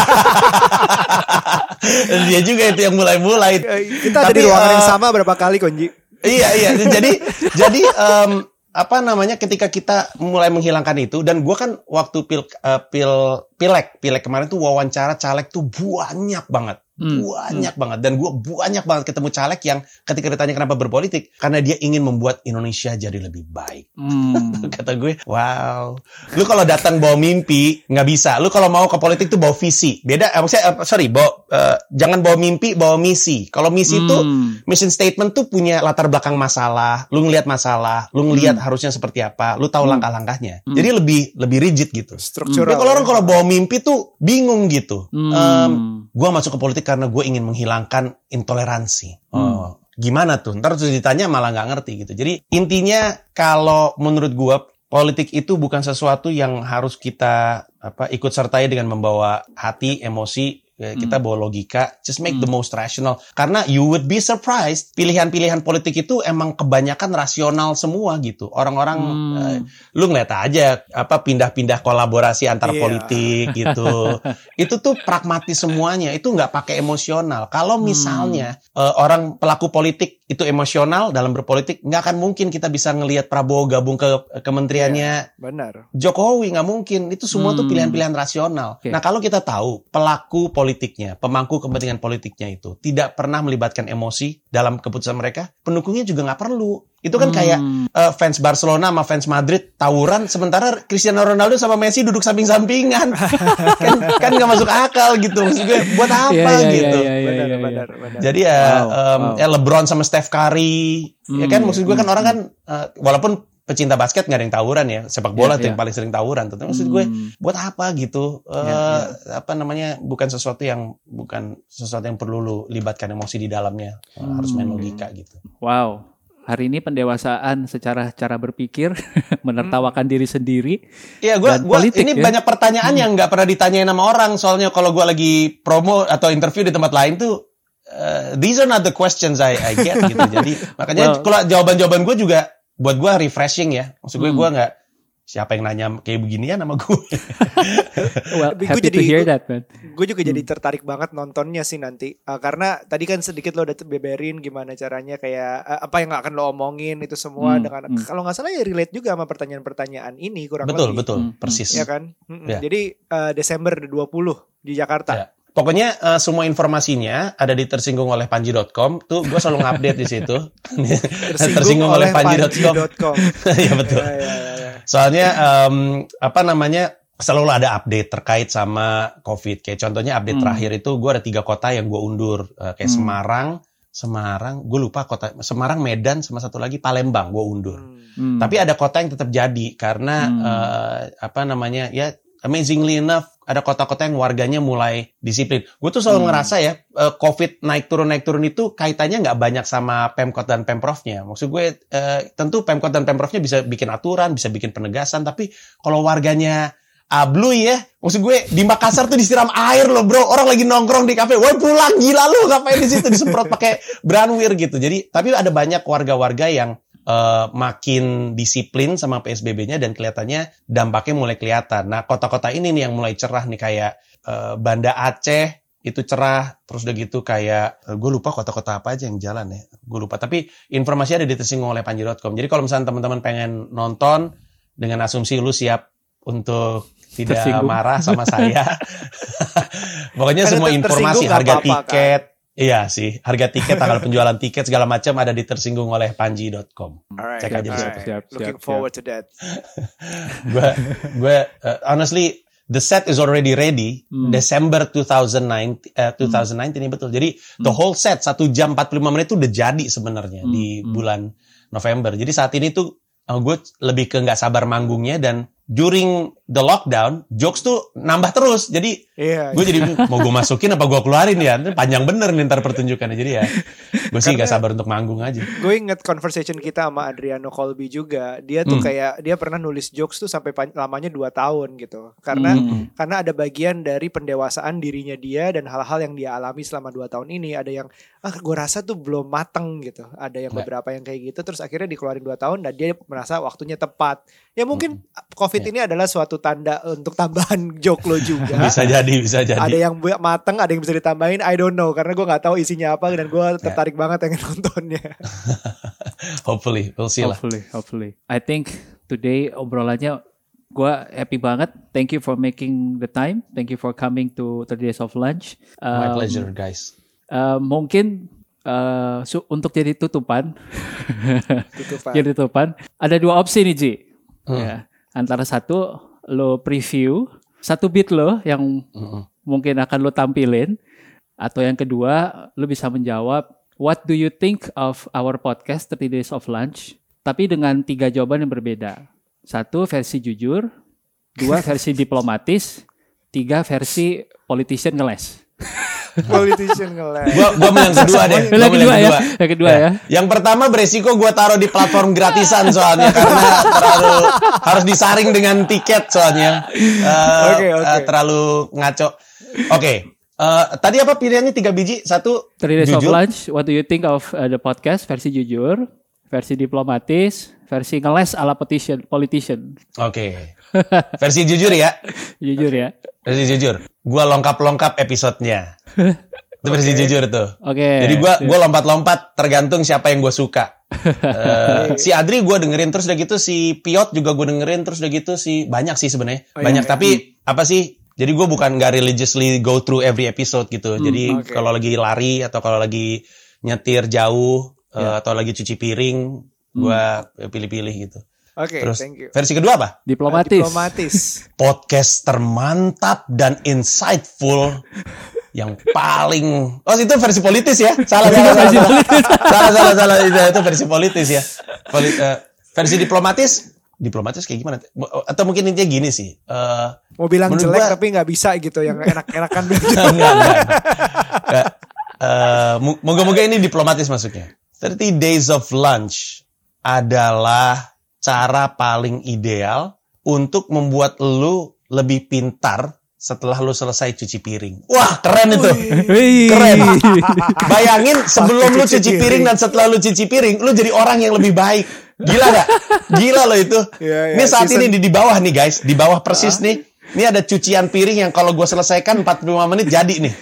dia juga itu yang mulai-mulai. Kita ada Tapi, di ruangan uh, yang sama berapa kali Konji? Iya iya, jadi jadi um, apa namanya ketika kita mulai menghilangkan itu dan gue kan waktu pil uh, pil pilek pilek kemarin tuh wawancara caleg tuh banyak banget hmm. banyak hmm. banget dan gue banyak banget ketemu caleg yang ketika ditanya kenapa berpolitik karena dia ingin membuat Indonesia jadi lebih baik. hmm. Kata gue wow, lu kalau datang bawa mimpi nggak bisa, lu kalau mau ke politik tuh bawa visi beda, eh, maksudnya uh, sorry bawa uh, jangan bawa mimpi, bawa misi. Kalau misi hmm. tuh mission statement tuh punya latar belakang masalah, lu ngelihat masalah, lu ngelihat hmm. harusnya seperti apa, lu tahu hmm. langkah-langkahnya. Hmm. Jadi lebih lebih rigid gitu. Struktural. Tapi kalau orang kalau bawa mimpi tuh bingung gitu. Hmm. Um, gue masuk ke politik karena gue ingin menghilangkan intoleransi. Hmm. Oh, gimana tuh? Ntar terus ditanya malah nggak ngerti gitu. Jadi intinya kalau menurut gue politik itu bukan sesuatu yang harus kita apa ikut sertai dengan membawa hati, emosi. Kita bawa logika, just make hmm. the most rational. Karena you would be surprised, pilihan-pilihan politik itu emang kebanyakan rasional semua gitu. Orang-orang, hmm. uh, lu ngeliat aja apa pindah-pindah kolaborasi antar yeah. politik gitu. Itu tuh pragmatis semuanya, itu nggak pakai emosional. Kalau misalnya hmm. uh, orang pelaku politik itu emosional dalam berpolitik, nggak akan mungkin kita bisa ngelihat Prabowo gabung ke kementeriannya yeah, benar. Jokowi, nggak mungkin. Itu semua hmm. tuh pilihan-pilihan rasional. Okay. Nah kalau kita tahu pelaku politik politiknya, pemangku kepentingan politiknya itu tidak pernah melibatkan emosi dalam keputusan mereka, pendukungnya juga nggak perlu. Itu kan hmm. kayak uh, fans Barcelona sama fans Madrid tawuran, sementara Cristiano Ronaldo sama Messi duduk samping-sampingkan. kan kan nggak masuk akal gitu. Maksud gue, buat apa yeah, yeah, gitu? Yeah, yeah, yeah, benar, yeah, benar, benar. Jadi ya, wow, um, wow. ya LeBron sama Steph Curry, hmm. ya kan maksud gue kan orang kan, uh, walaupun pecinta basket nggak ada yang tawuran ya, sepak bola yeah, tuh yeah. yang paling sering tawuran. Tapi maksud gue, hmm. buat apa gitu? Uh, yeah, yeah. Apa namanya? Bukan sesuatu yang bukan sesuatu yang perlu lu libatkan emosi di dalamnya. Hmm. Harus main logika gitu. Wow, hari ini pendewasaan secara cara berpikir, menertawakan hmm. diri sendiri. Iya, gue, gue ini ya? Banyak pertanyaan hmm. yang nggak pernah ditanyain sama orang. Soalnya kalau gue lagi promo atau interview di tempat lain tuh, uh, these are not the questions I, I get gitu. Jadi makanya well, kalau jawaban-jawaban gue juga buat gue refreshing ya. Maksud gue, hmm. gue gak, siapa yang nanya kayak beginian sama gue. Well, happy jadi, to hear that, man. Gue juga hmm. jadi tertarik banget nontonnya sih nanti. Uh, karena tadi kan sedikit lo udah beberin gimana caranya kayak, uh, apa yang akan lo omongin itu semua. Hmm. dengan hmm. Kalau gak salah ya relate juga sama pertanyaan-pertanyaan ini kurang betul, lebih. Betul, betul, persis. Ya kan? Hmm. Ya. Jadi uh, Desember dua puluh di Jakarta. Ya. Pokoknya uh, semua informasinya ada di tersinggung oleh panji dot com. Tuh gue selalu ngupdate di situ. Tersinggung oleh panji dot com. Iya betul. Ya, ya, ya. Soalnya um, apa namanya selalu ada update terkait sama COVID. Kayak contohnya update hmm. terakhir itu gue ada tiga kota yang gue undur. Uh, kayak hmm. Semarang, Semarang, gue lupa kota. Semarang, Medan, sama satu lagi Palembang gue undur. Hmm. Tapi ada kota yang tetap jadi karena hmm. uh, apa namanya ya. Amazingly enough, ada kota-kota yang warganya mulai disiplin. Gue tuh selalu hmm. ngerasa ya, COVID naik turun naik turun itu kaitannya nggak banyak sama Pemkot dan Pemprovnya. Maksud gue, eh, tentu Pemkot dan Pemprovnya bisa bikin aturan, bisa bikin penegasan. Tapi kalau warganya ablu ya, maksud gue di Makassar tuh disiram air loh bro. Orang lagi nongkrong di kafe, woi pulang gila lu ngapain di situ disemprot pakai branwir gitu. Jadi, tapi ada banyak warga-warga yang Uh, makin disiplin sama P S B B-nya dan kelihatannya dampaknya mulai kelihatan. Nah, kota-kota ini nih yang mulai cerah nih kayak uh, Banda Aceh itu cerah, terus udah gitu kayak uh, gue lupa kota-kota apa aja yang jalan ya. Gue lupa, tapi informasinya ada di tersinggung oleh panji dot com. Jadi kalau misalnya teman-teman pengen nonton dengan asumsi lu siap untuk tidak tersinggung. Marah sama saya. Pokoknya kan semua informasi harga apa-apa, tiket kan? Iya sih, harga tiket, tanggal penjualan tiket segala macam ada di tersinggung oleh panji dot com. Alright, cek aja di situ. Looking forward to that. Gue, gue, uh, honestly, the set is already ready. Hmm. Desember two thousand nine, uh, twenty nineteen ini betul. Jadi the whole set satu jam empat puluh lima menit itu udah jadi sebenarnya Hmm. di Hmm. bulan November. Jadi saat ini tuh uh, gue lebih ke nggak sabar manggungnya, dan during the lockdown jokes tuh nambah terus. Jadi Iya. gue jadi mau gue masukin apa gue keluarin ya. Ini panjang bener nih ntar pertunjukannya. Jadi ya gue sih nggak sabar untuk manggung aja. Gue inget conversation kita sama Adriano Colby juga. Dia tuh Hmm. kayak dia pernah nulis jokes tuh sampai pan- lamanya dua tahun gitu. Karena Hmm. karena ada bagian dari pendewasaan dirinya dia dan hal-hal yang dia alami selama dua tahun ini. Ada yang ah gue rasa tuh belum mateng gitu. Ada yang Nah. beberapa yang kayak gitu. Terus akhirnya dikeluarin dua tahun dan dia merasa waktunya tepat. Ya mungkin COVID Ya. ini adalah suatu tanda untuk tambahan joke lo juga. Bisa jadi, bisa jadi. Ada yang bu- mateng, ada yang bisa ditambahin. I don't know karena gue nggak tahu isinya apa dan gue tertarik banget pengen nontonnya. Hopefully, we'll see lah. Hopefully, hopefully. I think today obrolannya gue happy banget. Thank you for making the time. Thank you for coming to thirty Days of Lunch. My Um, pleasure, guys. uh, mungkin uh, su- untuk jadi tutupan, Tutupan. jadi tutupan, ada dua opsi nih Ji. Hmm. Ya, antara satu lo preview satu beat lo yang Mm-mm. mungkin akan lo tampilin, atau yang kedua lo bisa menjawab what do you think of our podcast thirty Days of Lunch, tapi dengan tiga jawaban yang berbeda. Satu versi jujur, dua versi diplomatis, tiga versi politician ngeles. Politician ngeles. Gua gua milih yang kedua deh. Gua Yang milih kedua ya, kedua. yang kedua ya. Yang pertama beresiko gue taruh di platform gratisan soalnya karena terlalu harus disaring dengan tiket soalnya. Eh, Oke, oke. eh, terlalu ngaco. Oke. Eh, tadi apa pilihannya tiga biji? Satu thirty Days of jujur. Lunch, what do you think of uh, the podcast versi jujur, versi diplomatis, versi ngeles ala politician, politician. Oke. Versi jujur ya. Jujur ya. Versi jujur. Gua lengkap-lengkap episodenya. Itu versi jujur tuh. Oke. Jadi gua gua lompat-lompat tergantung siapa yang gue suka. Eh, si Adri gue dengerin, terus udah gitu si Piot juga gue dengerin, terus udah gitu si banyak sih sebenarnya. Oh, iya, banyak iya. tapi apa sih? Jadi gue bukan nggak religiously go through every episode gitu. Jadi oke. kalau lagi lari atau kalau lagi nyetir jauh eh, Iya. atau lagi cuci piring, gue pilih-pilih gitu. Oke, Terus thank you. versi kedua apa? Diplomatis. Diplomatis. Podcast termantap dan insightful yang paling oh itu versi politis ya, salah salah salah salah salah salah, salah. Itu, itu versi politis ya. Poli- eh, versi diplomatis diplomatis kayak gimana, atau mungkin intinya gini sih, eh, Mau bilang menurut jelek gua- tapi nggak bisa gitu, yang enak-enakan bilang enggak, enggak, enggak. Enggak. Eh, mo- moga-moga ini diplomatis maksudnya. thirty Days of Lunch adalah cara paling ideal untuk membuat lu lebih pintar setelah lu selesai cuci piring. Wah, keren itu. Wih. Keren. Bayangin sebelum lu cuci cuci piring piring dan setelah lu cuci piring, lu jadi orang yang lebih baik. Gila gak? Gila lo itu. Iya, iya, Ini saat season- ini di, di bawah nih guys, di bawah persis nih. Ini ada cucian piring yang kalau gue selesaikan empat puluh lima menit jadi nih.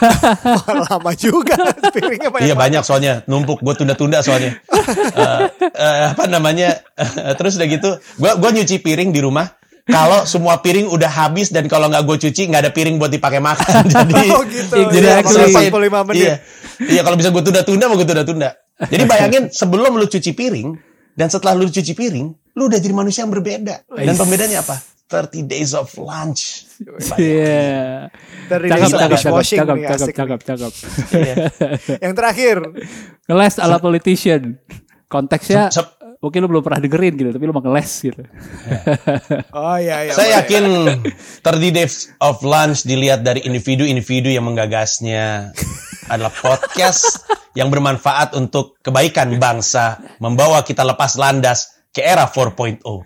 lama juga piringnya banyak. Iya banyak soalnya, numpuk, gue tunda-tunda soalnya. Eh, eh, apa namanya? Terus udah gitu, gue gue nyuci piring di rumah. Kalau semua piring udah habis dan kalau nggak gue cuci nggak ada piring buat dipakai makan. Jadi, Oh gitu. jadi Iya, actually- empat puluh lima menit. Iya, iya kalau bisa gue tunda-tunda, mau gue tunda-tunda. Jadi bayangin sebelum lu cuci piring dan setelah lu cuci piring, lu udah jadi manusia yang berbeda. Dan pembedaannya apa? thirty Days of Lunch. Iya. Dari Cakep, desa cakep, cakep, dishwashing cakep, nih, cakep, asik cakep, nih. cakep. Iya. Yang terakhir, Ngeles ala politician. Konteksnya Sep- sep- mungkin lu belum pernah dengerin gitu, tapi lu mau ngeles gitu. oh iya iya. Saya yakin thirty Days of Lunch dilihat dari individu-individu yang menggagasnya adalah podcast yang bermanfaat untuk kebaikan bangsa, membawa kita lepas landas ke era four point oh.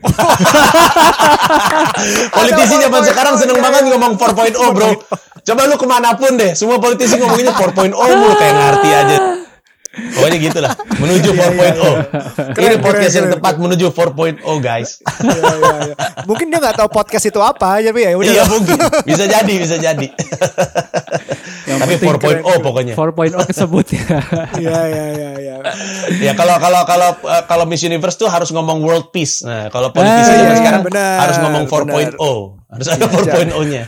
Politisi zaman sekarang seneng banget ngomong four point oh, bro. Coba lu kemanapun deh, semua politisi ngomonginnya four point oh mulu, kayak ngerti aja. Pokoknya gitulah, menuju four point oh. Ini Keren, podcast keren, yang keren. tepat menuju four point oh, guys. Iya, iya, iya. Mungkin dia nggak tahu podcast itu apa, tapi ya udah. Iya mungkin, bisa jadi, bisa jadi. Tapi penting four point oh keren. pokoknya. four point oh kesebut ya. Iya iya iya iya. Ya kalau kalau kalau uh, kalau Miss Universe tuh harus ngomong world peace. Nah, kalau politisi Eh, zaman sekarang benar, harus ngomong four point benar. oh. Harus ada empat titik nol-nya.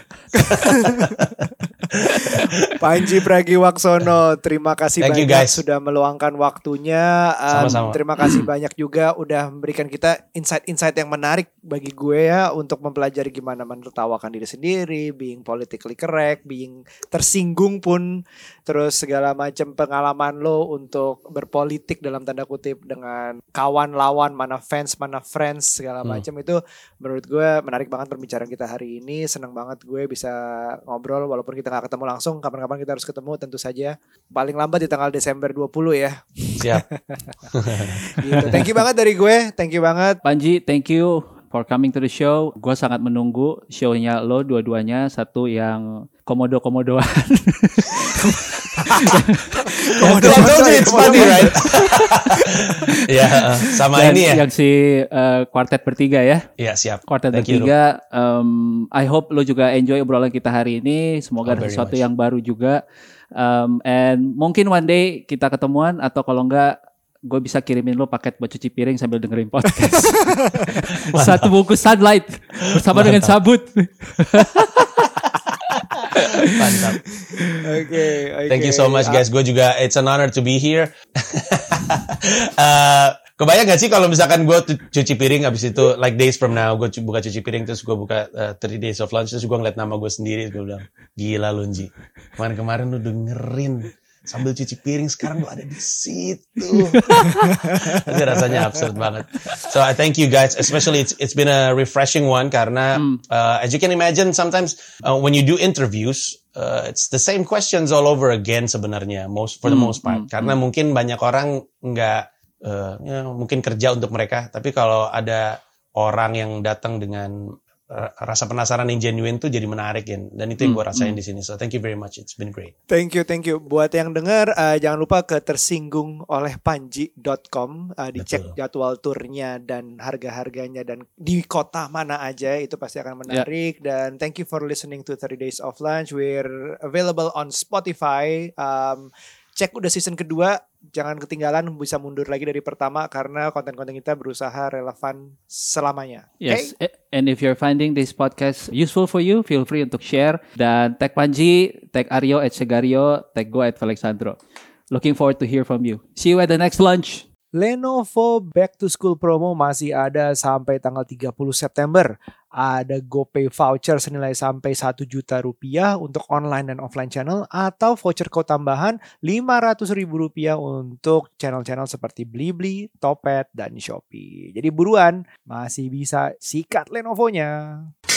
Panji Pragiwaksono, terima kasih Thank you, banyak guys. sudah meluangkan waktunya. Um, Sama-sama. terima kasih banyak juga udah memberikan kita insight-insight yang menarik bagi gue ya untuk mempelajari gimana menertawakan diri sendiri, being politically correct, being tersinggung pun, terus segala macam pengalaman lo untuk berpolitik dalam tanda kutip dengan kawan lawan, mana fans, mana friends, segala Hmm. macam itu menurut gue menarik banget pembicaraan kita hari ini. Senang banget gue bisa ngobrol walaupun kita gak ketemu langsung. Kapan-kapan kita harus ketemu tentu saja. Paling lambat di tanggal Desember dua puluh ya. Siap. Gitu. Thank you banget dari gue. Thank you banget. Panji, thank you for coming to the show. Gue sangat menunggu show-nya lo dua-duanya. Satu yang komodo-komodoan. Komodo komodo it's funny, right? Ya, uh, sama Dan ini ya. yang si uh, quartet bertiga ya. Iya, siap. Quartet Thank you, bertiga. Um, I hope lo juga enjoy obrolan kita hari ini. Semoga Oh, ada very sesuatu much. yang baru juga. Um, and mungkin one day kita ketemuan atau kalau enggak gue bisa kirimin lo paket buat cuci piring sambil dengerin podcast. Satu bungkus Sunlight bersama dengan sabut. Mantap. Oke, oke. Thank you so much, guys. Gue juga, it's an honor to be here. uh, kebayang gak sih kalau misalkan gue tu- cuci piring abis itu, like days from now, gue cu- buka cuci piring terus gue buka uh, thirty days of lunch terus gue ngeliat nama gue sendiri, gue bilang, gila lu Nji. Kemarin-kemarin lu dengerin sambil cuci piring, sekarang lu ada di situ. Tapi rasanya absurd banget. So I thank you guys, especially it's it's been a refreshing one karena uh, as you can imagine sometimes uh, when you do interviews uh, it's the same questions all over again sebenarnya most for the most part karena mungkin banyak orang nggak uh, ya, mungkin kerja untuk mereka, tapi kalau ada orang yang datang dengan uh, rasa penasaran yang genuine tuh jadi menarik ya, dan itu yang gue rasain di sini. So thank you very much, it's been great. Thank you, thank you. Buat yang dengar, uh, jangan lupa ke tersinggung oleh panji dot com, uh, dicek Betul. jadwal turnya dan harga-harganya dan di kota mana aja, itu pasti akan menarik. Dan thank you for listening to thirty days of lunch. We're available on Spotify. Um, cek udah season kedua, jangan ketinggalan, bisa mundur lagi dari pertama karena konten-konten kita berusaha relevan selamanya. Yes, A- and if you're finding this podcast useful for you, feel free untuk share dan tag Panji, tag Aryo at Segario, tag gue at Alexandro. Looking forward to hear from you. See you at the next lunch. Lenovo Back to School promo masih ada sampai tanggal tiga puluh September. Ada GoPay voucher senilai sampai satu juta rupiah untuk online dan offline channel atau voucher code tambahan lima ratus ribu rupiah untuk channel-channel seperti Blibli, Topet, dan Shopee. Jadi buruan, masih bisa sikat Lenovo-nya.